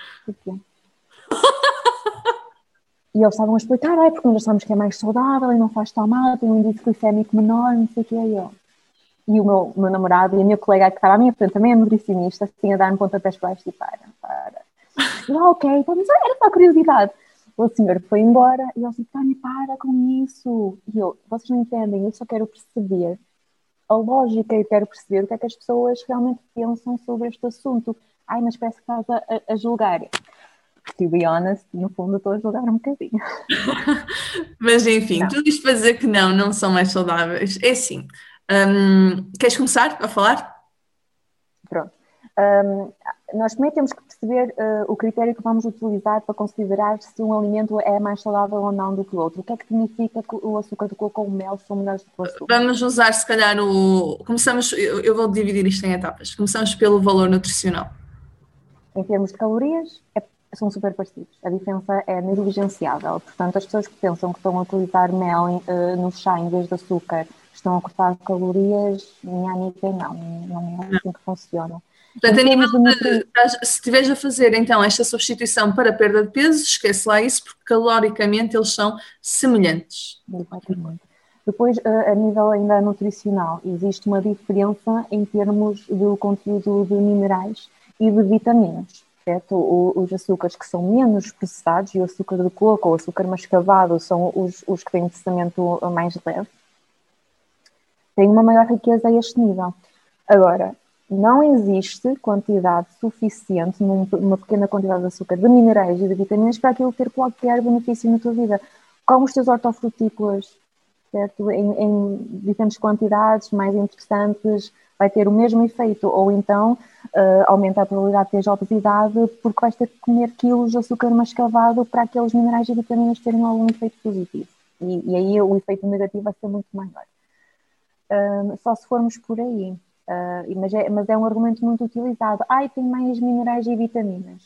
E eles estavam a explicar, ai, porque nós achamos que é mais saudável e não faz tão mal, tem um índice glicémico menor, não sei o que é eu. E o meu, o meu namorado e a minha colega que estava à minha frente, também é nutricionista, assim, a dar-me pontapés para baixo e para, para. E eu, ok, então, mas era só curiosidade. O senhor foi embora e ele disse, Tânia, para com isso. E eu, vocês não entendem, eu só quero perceber a lógica e quero perceber o que é que as pessoas realmente pensam sobre este assunto. Ai, mas parece que estás a, a julgar. To be honest, no fundo estou a julgar um bocadinho. Mas enfim, não. Tudo isto para dizer que não, não são mais saudáveis. É assim, hum, queres começar a falar? Pronto. Um, nós também temos que perceber uh, o critério que vamos utilizar para considerar se um alimento é mais saudável ou não do que o outro. O que é que significa que o açúcar de coco ou o mel são melhores do que o açúcar? Vamos usar, se calhar, o... Começamos, eu, eu vou dividir isto em etapas. Começamos pelo valor nutricional. Em termos de calorias, é são super parecidos. A diferença é negligenciável. Portanto, as pessoas que pensam que estão a utilizar mel uh, no chá em vez de açúcar, estão a cortar calorias, minha amiga, não. Não é assim que funciona. Portanto, a nível de, de, se estiveres a fazer então esta substituição para perda de peso, esquece lá isso, porque caloricamente eles são semelhantes. Exatamente. Depois, a nível ainda nutricional, existe uma diferença em termos do conteúdo de minerais e de vitaminas, certo? Os açúcares que são menos processados, e o açúcar de coco ou o açúcar mascavado são os, os que têm processamento mais leve, têm uma maior riqueza a este nível. Agora, não existe quantidade suficiente, numa pequena quantidade de açúcar, de minerais e de vitaminas para aquilo ter qualquer benefício na tua vida. Como os teus hortofrutícolas, certo? Em, em diferentes quantidades, mais interessantes, vai ter o mesmo efeito. Ou então, uh, aumenta a probabilidade de teres obesidade porque vais ter que comer quilos de açúcar mascavado para aqueles minerais e vitaminas terem algum efeito positivo. E, e aí o efeito negativo vai ser muito maior. Uh, só se formos por aí. Uh, mas, é, mas é um argumento muito utilizado. Ai, tem mais minerais e vitaminas.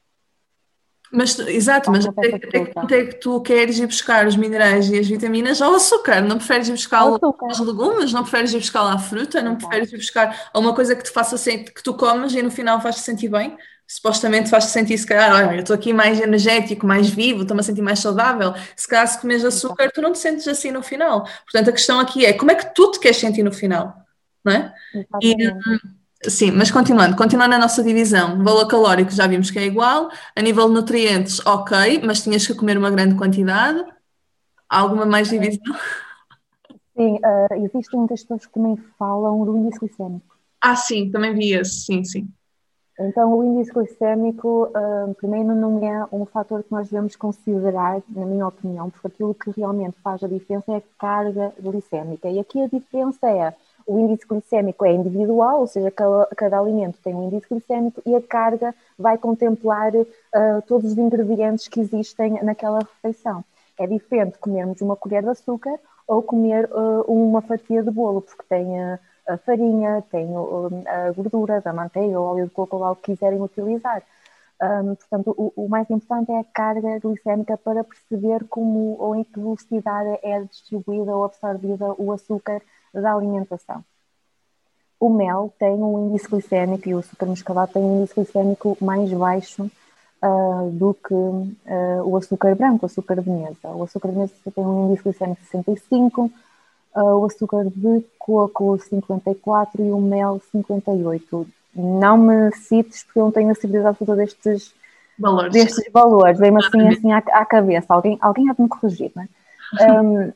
Mas, exato, mas até, até que ponto é que tu queres ir buscar os minerais e as vitaminas ao açúcar? Não preferes ir buscar aos legumes? Não preferes ir buscar à fruta? Não exato. Preferes ir buscar a uma coisa que te faça sentir, que tu comes e no final faz-te sentir bem? Supostamente faz-te sentir, se calhar, olha, eu estou aqui mais energético, mais vivo, estou-me a sentir mais saudável. Se calhar se comes açúcar, tu não te sentes assim no final. Portanto, a questão aqui é, como é que tu te queres sentir no final? Não é? Exatamente. E, sim, mas continuando, continuando a nossa divisão, valor calórico já vimos que é igual, a nível de nutrientes, ok, mas tinhas que comer uma grande quantidade. Há alguma mais divisão? Sim, uh, existem muitas pessoas que também falam do índice glicémico. Ah, sim, também vi esse, sim, sim. Então, o índice glicémico, uh, primeiro, não é um fator que nós devemos considerar, na minha opinião, porque aquilo que realmente faz a diferença é a carga glicémica. E aqui a diferença é, o índice glicémico é individual, ou seja, cada, cada alimento tem um índice glicémico e a carga vai contemplar uh, todos os ingredientes que existem naquela refeição. É diferente comermos uma colher de açúcar ou comer uh, uma fatia de bolo, porque tem uh, a farinha, tem uh, a gordura da manteiga ou óleo de coco, ou algo que quiserem utilizar. Um, portanto, o, o mais importante é a carga glicémica para perceber como ou em que velocidade é distribuída ou absorvida o açúcar da alimentação. O mel tem um índice glicémico e o açúcar mascavado tem um índice glicémico mais baixo uh, do que uh, o açúcar branco, o açúcar de mesa. O açúcar de mesa tem um índice glicémico de sessenta e cinco, uh, o açúcar de coco cinquenta e quatro e o mel cinquenta e oito. Não me cites porque eu não tenho a certeza absoluta destes valores, destes valores. Vem-me assim, assim à, à cabeça. Alguém, alguém há de me corrigir, não é? Um,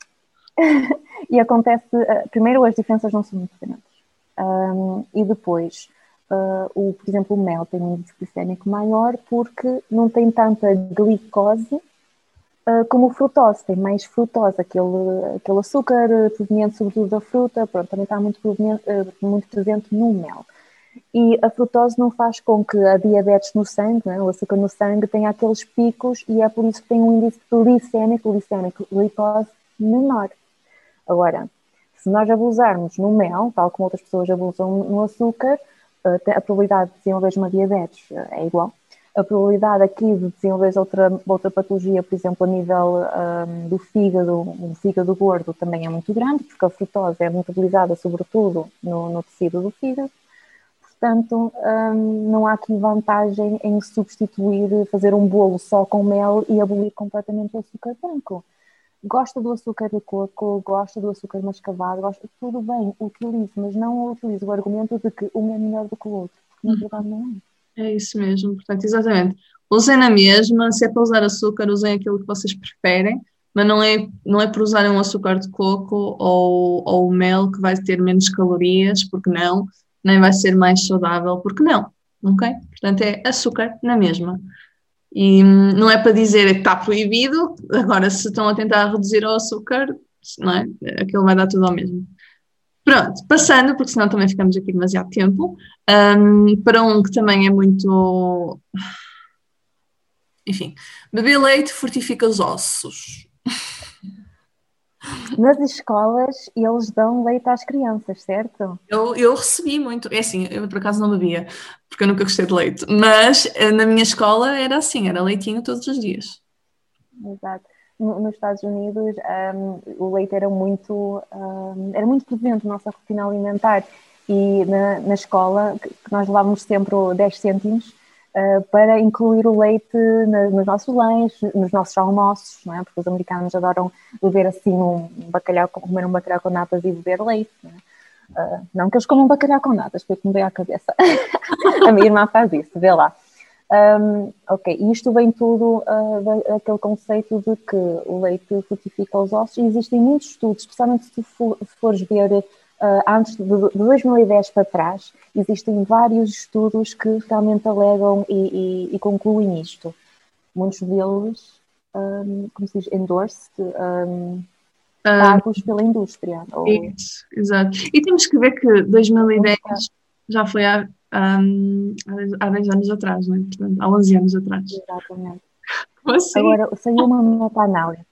e acontece, uh, primeiro as diferenças não são muito grandes. Um, e depois, uh, o, por exemplo, o mel tem um índice glicémico maior porque não tem tanta glicose uh, como o frutose, tem mais frutose, aquele, aquele açúcar proveniente sobretudo da fruta, pronto, também está muito, uh, muito presente no mel. E a frutose não faz com que a diabetes no sangue, né, o açúcar no sangue, tenha aqueles picos e é por isso que tem um índice glicémico, glicémico, glicose menor. Agora, se nós abusarmos no mel, tal como outras pessoas abusam no açúcar, a probabilidade de desenvolver uma diabetes é igual. A probabilidade aqui de desenvolver outra, outra patologia, por exemplo, a nível um, do fígado, um fígado gordo, também é muito grande, porque a frutose é metabolizada sobretudo no, no tecido do fígado. Portanto, um, não há aqui vantagem em substituir, fazer um bolo só com mel e abolir completamente o açúcar branco. Gosta do açúcar de coco, gosta do açúcar mascavado, gosta, tudo bem, utilize, mas não utilize o argumento de que um é melhor do que o outro, porque na verdade não é. É isso mesmo, portanto, exatamente. Usem na mesma, se é para usar açúcar, usem aquilo que vocês preferem, mas não é, não é por usarem um açúcar de coco ou, ou o mel que vai ter menos calorias, porque não, nem vai ser mais saudável, porque não, ok? Portanto, é açúcar na mesma. E não é para dizer que está proibido, agora se estão a tentar reduzir o açúcar, não é? Aquilo vai dar tudo ao mesmo. Pronto, passando, porque senão também ficamos aqui demasiado tempo, um, para um que também é muito... Enfim, beber leite fortifica os ossos. Nas escolas, eles dão leite às crianças, certo? Eu, eu recebi muito, é assim, eu por acaso não bebia, porque eu nunca gostei de leite, mas eh, na minha escola era assim, era leitinho todos os dias. Exato. No- Nos Estados Unidos, um, o leite era muito, um, era muito presente na nossa rotina alimentar e na, na escola, que que nós levávamos sempre o dez cêntimos uh, para incluir o leite na- nos nossos lanches, nos nossos almoços, não é? Porque os americanos adoram beber assim um bacalhau, comer um bacalhau com natas e beber leite, não é? Uh, não que eles comam bacalhau com natas, foi o que me veio à cabeça. A minha irmã faz isso, vê lá. Um, ok, e isto vem tudo uh, daquele conceito de que o leite fortifica os ossos, e existem muitos estudos, especialmente se tu for, se fores ver uh, antes de, de dois mil e dez para trás, existem vários estudos que realmente alegam e, e, e concluem isto. Muitos deles, um, como se diz, endorsed, um, Ah, pagos pela indústria. Ou, isso, exato. E temos que ver que dois mil e dez nunca, já foi há, hum, há dez há dez anos atrás, não é? Portanto, há onze anos atrás. exatamente. Como assim? Agora, saiu uma meta-análise.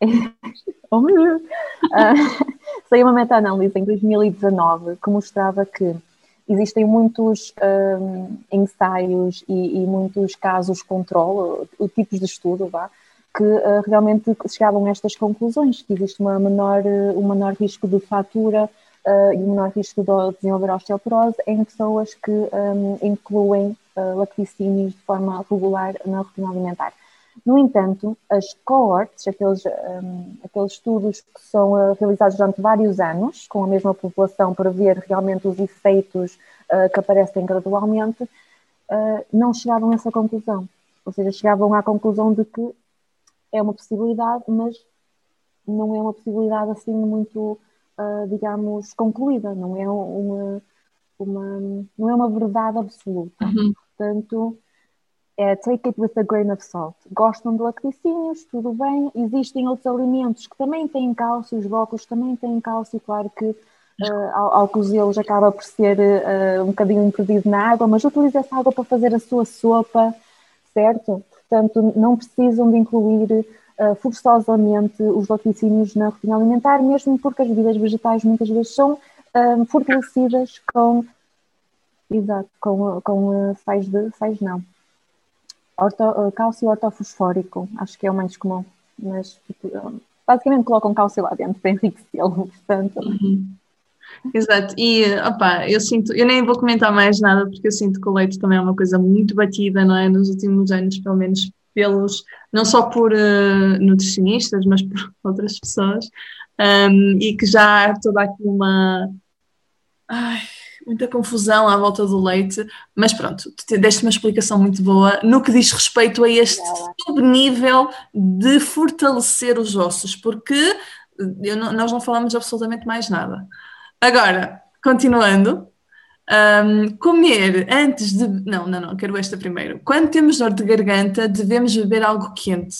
Oh, meu Deus. Ah, saiu uma meta-análise em dois mil e dezanove que mostrava que existem muitos um, ensaios e, e muitos casos controle, tipos de estudo, vá, que uh, realmente chegavam a estas conclusões, que existe uma menor, um menor risco de fratura uh, e um menor risco de desenvolver osteoporose em pessoas que um, incluem uh, laticínios de forma regular na rotina alimentar. No entanto, as cohorts, aqueles, um, aqueles estudos que são uh, realizados durante vários anos, com a mesma população, para ver realmente os efeitos uh, que aparecem gradualmente, uh, não chegavam a essa conclusão. Ou seja, chegavam à conclusão de que é uma possibilidade, mas não é uma possibilidade assim muito, uh, digamos, concluída, não é uma, uma, não é uma verdade absoluta. Uhum. Portanto, é take it with a grain of salt. Gostam de laticínios, tudo bem. Existem outros alimentos que também têm cálcio, os brócolos também têm cálcio, claro que uh, ao, ao cozê-los acaba por ser uh, um bocadinho perdido na água, mas utiliza essa água para fazer a sua sopa, certo? Portanto, não precisam de incluir uh, forçosamente os laticínios na rotina alimentar, mesmo porque as bebidas vegetais muitas vezes são uh, fortalecidas com, exato, com, com uh, sais de, sais não, Orto, cálcio ortofosfórico, acho que é o mais comum, mas tipo, basicamente colocam cálcio lá dentro para enriquecê-lo, portanto. Uhum. Exato, e opá, eu sinto, eu nem vou comentar mais nada porque eu sinto que o leite também é uma coisa muito batida, não é? Nos últimos anos, pelo menos pelos, não só por uh, nutricionistas, mas por outras pessoas, um, e que já há toda aqui uma, ai, muita confusão à volta do leite, mas pronto, tu deste uma explicação muito boa no que diz respeito a este subnível de fortalecer os ossos, porque eu não- nós não falamos absolutamente mais nada. Agora, continuando, hum, comer antes de. Não, não, não, quero esta primeiro. Quando temos dor de garganta, devemos beber algo quente.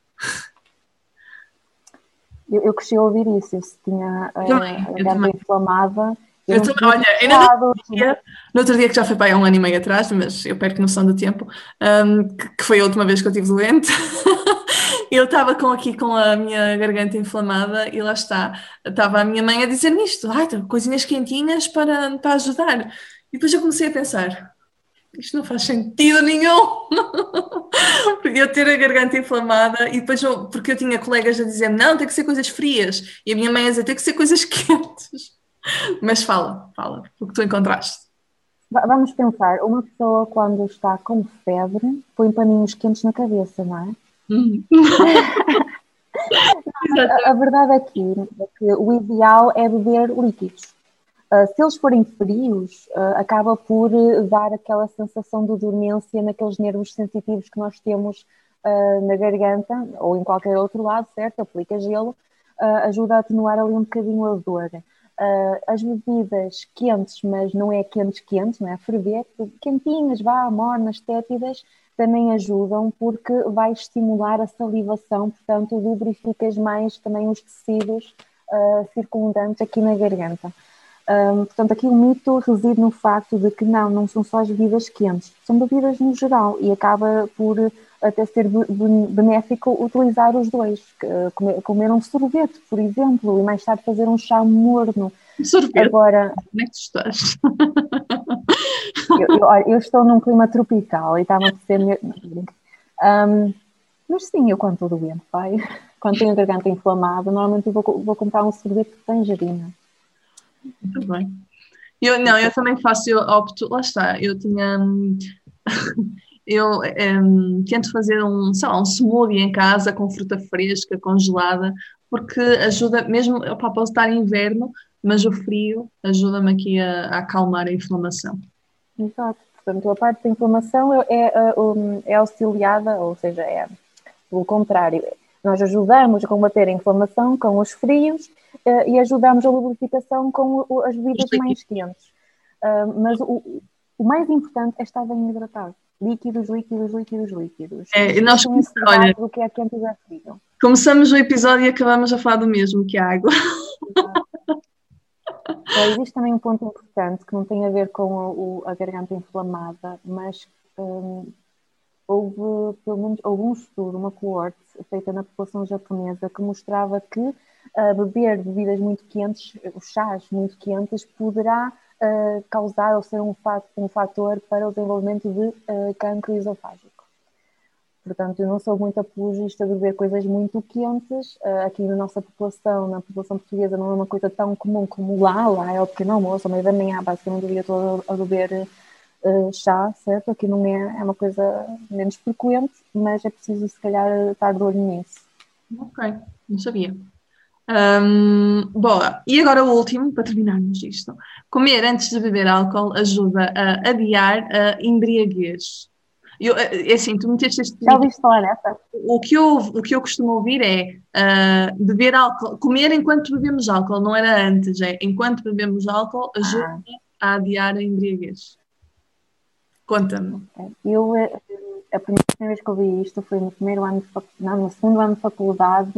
Eu, eu cresci a ouvir isso, eu se tinha Eu uh, também, a eu também. garganta inflamada, eu Eu não também, podia olha, tomar ainda no outro gelado. dia, no outro dia que já foi para aí há um ano e meio atrás, mas eu perco noção do tempo, hum, que, que foi a última vez que eu estive doente. Eu estava com, aqui com a minha garganta inflamada e lá está. Estava a minha mãe a dizer-me isto, ai, tem coisinhas quentinhas para, para ajudar. E depois eu comecei a pensar, isto não faz sentido nenhum. Porque eu ter a garganta inflamada e depois eu, porque eu tinha colegas a dizer-me, não, tem que ser coisas frias. E a minha mãe a dizer, tem que ser coisas quentes. Mas fala, fala, o que tu encontraste. Vamos pensar, uma pessoa quando está com febre põe paninhos quentes na cabeça, não é? Hum. A, a verdade aqui é que o ideal é beber líquidos. Uh, se eles forem frios, uh, acaba por uh, dar aquela sensação de dormência naqueles nervos sensitivos que nós temos uh, na garganta ou em qualquer outro lado, certo? Aplica gelo, uh, ajuda a atenuar ali um bocadinho a dor. Uh, as bebidas quentes, mas não é quentes quentes, não é? A ferver, quentinhas, vá, mornas, tétidas, também ajudam porque vai estimular a salivação, portanto lubrificas mais também os tecidos uh, circundantes aqui na garganta. Um, portanto, aqui o mito reside no facto de que não, não são só as bebidas quentes, são bebidas no geral e acaba por até ser benéfico utilizar os dois. Comer, comer um sorvete, por exemplo, e mais tarde fazer um chá morno. Sorvete? Agora, como é que tu estás? eu, eu, eu estou num clima tropical e está-me a ser... Um, mas sim, eu quando estou doente, pai, quando tenho a garganta inflamada, normalmente vou, vou comprar um sorvete de tangerina. Muito bem. Eu, não, eu também faço, eu opto, lá está, eu tinha, eu um, tento fazer um, sei lá, um smoothie em casa com fruta fresca, congelada, porque ajuda, mesmo, opa, pode estar inverno, mas o frio ajuda-me aqui a, a acalmar a inflamação. Exato, portanto a parte da inflamação é, é, é auxiliada, ou seja, é pelo contrário, nós ajudamos a combater a inflamação com os frios uh, e ajudamos a lubrificação com o, as bebidas mais quentes. Uh, mas o, o mais importante é estar bem hidratado. Líquidos, líquidos, líquidos, líquidos. É, e nós, olha, do que é quente e é frio. Começamos o episódio e acabamos a falar do mesmo, que é a água. Só existe também um ponto importante que não tem a ver com a, o, a garganta inflamada, mas... Um, Houve, pelo menos, houve um estudo, uma coorte feita na população japonesa que mostrava que uh, beber bebidas muito quentes, os chás muito quentes, poderá uh, causar ou ser um, fato, um fator para o desenvolvimento de uh, cancro esofágico. Portanto, eu não sou muito apologista de beber coisas muito quentes. Uh, aqui na nossa população, na população portuguesa, não é uma coisa tão comum como lá. Lá é o pequeno almoço, ao meio da manhã, basicamente o dia todo a beber Uh, chá, certo? Aqui não é, é uma coisa menos frequente, mas é preciso se calhar estar de olho nisso. Ok, não sabia. Um, boa, e agora o último, para terminarmos isto. Comer antes de beber álcool ajuda a adiar a embriaguez. Eu, é assim, tu meteste este... Já ouviste falar nessa? O que eu, o que eu costumo ouvir é uh, beber álcool, comer enquanto bebemos álcool, não era antes, é enquanto bebemos álcool ajuda ah. a adiar a embriaguez. Conta-me. Eu, a primeira vez que ouvi isto foi no primeiro ano de faculdade, não, no segundo ano de faculdade,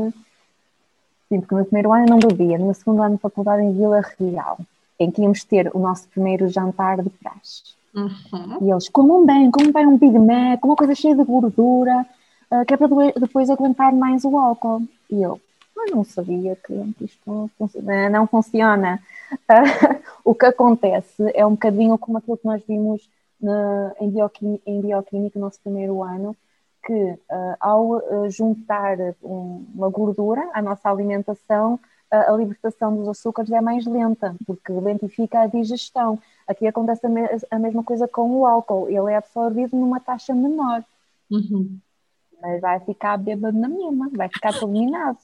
sim, porque no primeiro ano eu não bebia, no segundo ano de faculdade em Vila Real, em que íamos ter o nosso primeiro jantar de praxe. Uhum. E eles, comam bem, comam bem um Big Mac, uma coisa cheia de gordura, uh, que é para depois aguentar mais o álcool. E eu, mas não sabia que isto não funciona. Não funciona. Uh, o que acontece é um bocadinho como aquilo que nós vimos Na, em, bioquímica, em bioquímica no nosso primeiro ano, que uh, ao uh, juntar um, uma gordura à nossa alimentação, uh, a libertação dos açúcares é mais lenta, porque lentifica a digestão. Aqui acontece a, me a mesma coisa com o álcool, ele é absorvido numa taxa menor, uhum. mas vai ficar bêbado na mesma, vai ficar dominado.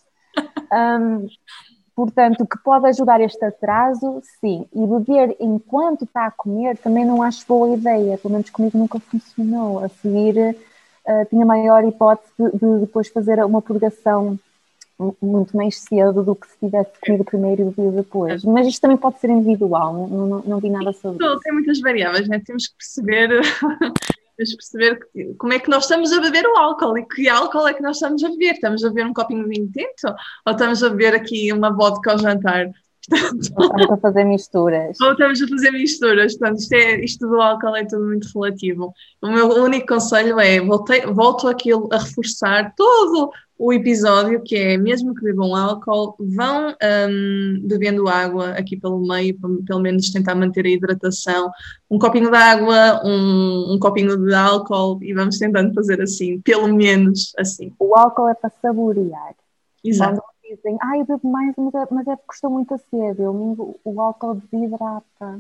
Um, Portanto, que pode ajudar este atraso, sim. E beber enquanto está a comer também não acho boa ideia. Pelo menos comigo nunca funcionou. A seguir, uh, tinha maior hipótese de, de depois fazer uma purgação muito mais cedo do que se tivesse comido primeiro e bebido depois. Mas isto também pode ser individual. Não, não, não vi nada sobre isso. Tem muitas variáveis, né? Temos que perceber... Temos que perceber que, como é que nós estamos a beber o álcool e que álcool é que nós estamos a beber. Estamos a beber um copinho de vinho tinto ou estamos a beber aqui uma vodka ao jantar? Ou estamos a fazer misturas. Ou estamos a fazer misturas. Portanto, isto, é, isto do álcool é tudo muito relativo. O meu único conselho é, voltei, volto aqui a reforçar todo o episódio, que é, mesmo que bebam álcool, vão um, bebendo água aqui pelo meio, para, pelo menos tentar manter a hidratação. Um copinho de água, um, um copinho de álcool, e vamos tentando fazer assim, pelo menos assim. O álcool é para saborear. Exato. Quando dizem, ah, eu bebo mais, mas é, mas é porque estou muito a sede. Eu, o álcool desidrata.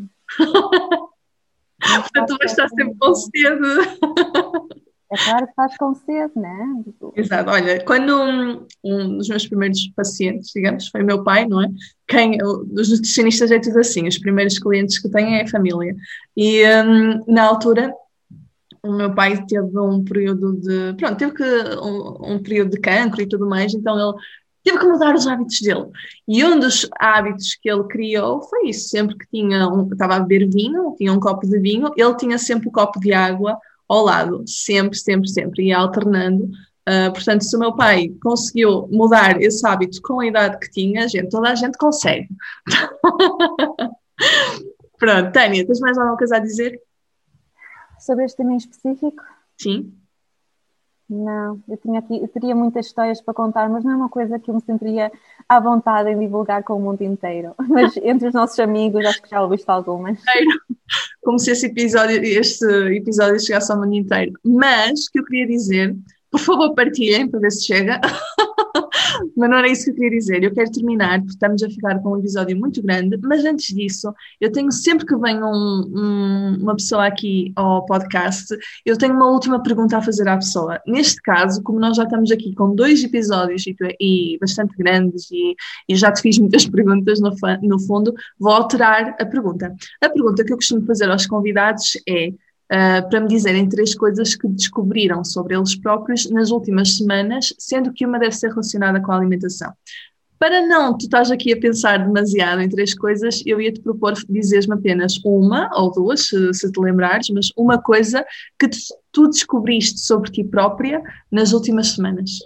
Portanto, tu vais estar sempre com sede. É claro que estás com sede, não é? Exato. Olha, quando um, um dos meus primeiros pacientes, digamos, foi o meu pai, não é? Quem, os nutricionistas é tudo assim, os primeiros clientes que têm é a família. E um, na altura, o meu pai teve um período de, pronto, teve que, um, um período de cancro e tudo mais, então ele teve que mudar os hábitos dele. E um dos hábitos que ele criou foi isso, sempre que tinha um, estava a beber vinho, tinha um copo de vinho, ele tinha sempre um copo de água ao lado, sempre, sempre, sempre, ia alternando. Uh, portanto, se o meu pai conseguiu mudar esse hábito com a idade que tinha, gente, toda a gente consegue. Pronto, Tânia, tens mais alguma coisa a dizer? Sobre este tema em específico? Sim. Não, eu, tinha aqui, eu teria muitas histórias para contar, mas não é uma coisa que eu me sentiria à vontade em divulgar com o mundo inteiro. Mas entre os nossos amigos, acho que já ouviste algumas. Como se esse episódio, este episódio chegasse ao mundo inteiro. Mas, o que eu queria dizer, por favor partilhem para ver se chega. Mas não era isso que eu queria dizer. Eu quero terminar, porque estamos a ficar com um episódio muito grande, mas antes disso, eu tenho sempre que vem um, um, uma pessoa aqui ao podcast, eu tenho uma última pergunta a fazer à pessoa. Neste caso, como nós já estamos aqui com dois episódios e, e bastante grandes e, e já te fiz muitas perguntas no, no fundo, vou alterar a pergunta. A pergunta que eu costumo fazer aos convidados é Uh, para me dizerem três coisas que descobriram sobre eles próprios nas últimas semanas, sendo que uma deve ser relacionada com a alimentação. Para não tu estás aqui a pensar demasiado em três coisas, eu ia-te propor dizeres-me apenas uma ou duas, se, se te lembrares, mas uma coisa que te, tu descobriste sobre ti própria nas últimas semanas.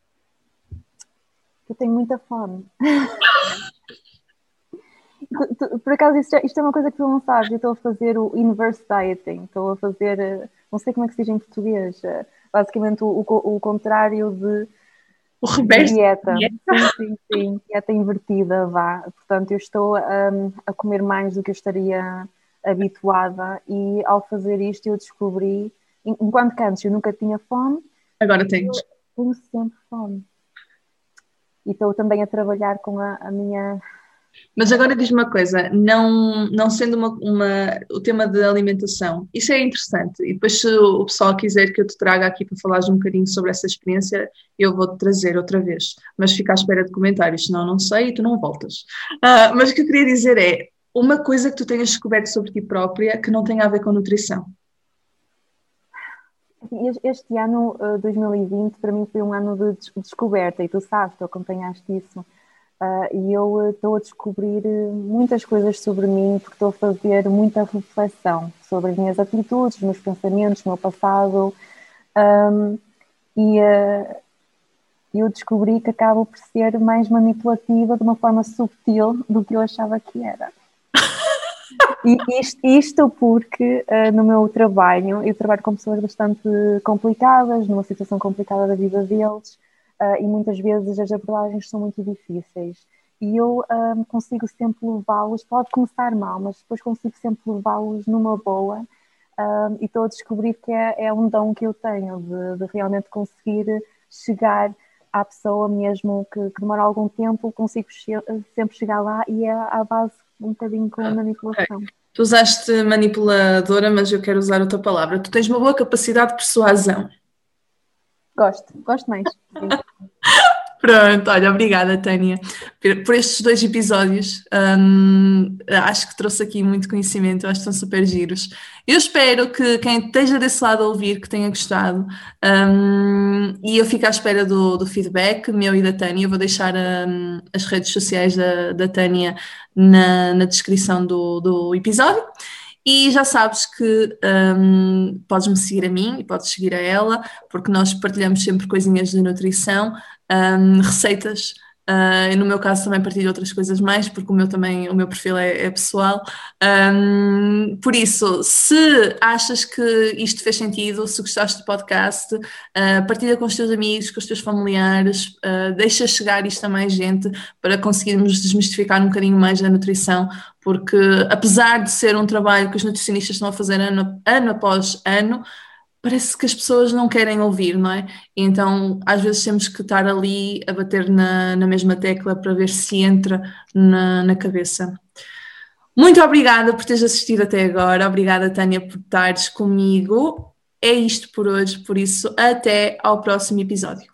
Eu tenho muita fome. Por acaso, isto é, isto é uma coisa que tu não sabes. Eu estou a fazer o inverse dieting. Estou a fazer, não sei como é que se diz em português, basicamente o, o, o contrário de, o reverso de dieta. Sim, sim, sim. Dieta invertida, vá. Portanto, eu estou um, a comer mais do que eu estaria habituada e ao fazer isto eu descobri, enquanto que antes eu nunca tinha fome, agora tens. Eu tenho sempre fome. E estou também a trabalhar com a, a minha... Mas agora diz-me uma coisa, não, não sendo uma, uma, o tema da alimentação, isso é interessante, e depois se o pessoal quiser que eu te traga aqui para falares um bocadinho sobre essa experiência, eu vou-te trazer outra vez, mas fica à espera de comentários, senão não sei e tu não voltas. Uh, mas o que eu queria dizer é, uma coisa que tu tenhas descoberto sobre ti própria que não tenha a ver com nutrição. Este ano, dois mil e vinte, para mim foi um ano de descoberta, e tu sabes, tu acompanhaste isso. Uh, e eu estou a descobrir muitas coisas sobre mim, porque estou a fazer muita reflexão sobre as minhas atitudes, os meus pensamentos, o meu passado. Um, e uh, eu descobri que acabo por ser mais manipulativa de uma forma subtil do que eu achava que era. E isto, isto porque uh, no meu trabalho, eu trabalho com pessoas bastante complicadas, numa situação complicada da vida deles. Uh, e muitas vezes as abordagens são muito difíceis e eu um, consigo sempre levá-los, pode começar mal, mas depois consigo sempre levá-los numa boa um, e estou a descobrir que é, é um dom que eu tenho de, de realmente conseguir chegar à pessoa mesmo que, que demora algum tempo, consigo che- sempre chegar lá e é à base um bocadinho com a manipulação. Okay. Tu usaste manipuladora, mas eu quero usar outra palavra. Tu tens uma boa capacidade de persuasão. Gosto, gosto mais. Pronto, olha, obrigada, Tânia, por estes dois episódios. Um, acho que trouxe aqui muito conhecimento, acho que estão super giros. Eu espero que quem esteja desse lado a ouvir, que tenha gostado, um, e eu fico à espera do, do feedback meu e da Tânia. Eu vou deixar um, as redes sociais da, da Tânia na, na descrição do, do episódio. E já sabes que um, podes-me seguir a mim e podes seguir a ela, porque nós partilhamos sempre coisinhas de nutrição, um, receitas, uh, e no meu caso também partilho outras coisas mais, porque o meu também, o meu perfil é, é pessoal. Um, por isso, se achas que isto fez sentido, se gostaste do podcast, uh, partilha com os teus amigos, com os teus familiares, uh, deixa chegar isto a mais gente para conseguirmos desmistificar um bocadinho mais a nutrição, porque apesar de ser um trabalho que os nutricionistas estão a fazer ano, ano após ano, parece que as pessoas não querem ouvir, não é? E então às vezes temos que estar ali a bater na, na mesma tecla para ver se entra na, na cabeça. Muito obrigada por teres assistido até agora, obrigada, Tânia, por estares comigo. É isto por hoje, por isso até ao próximo episódio.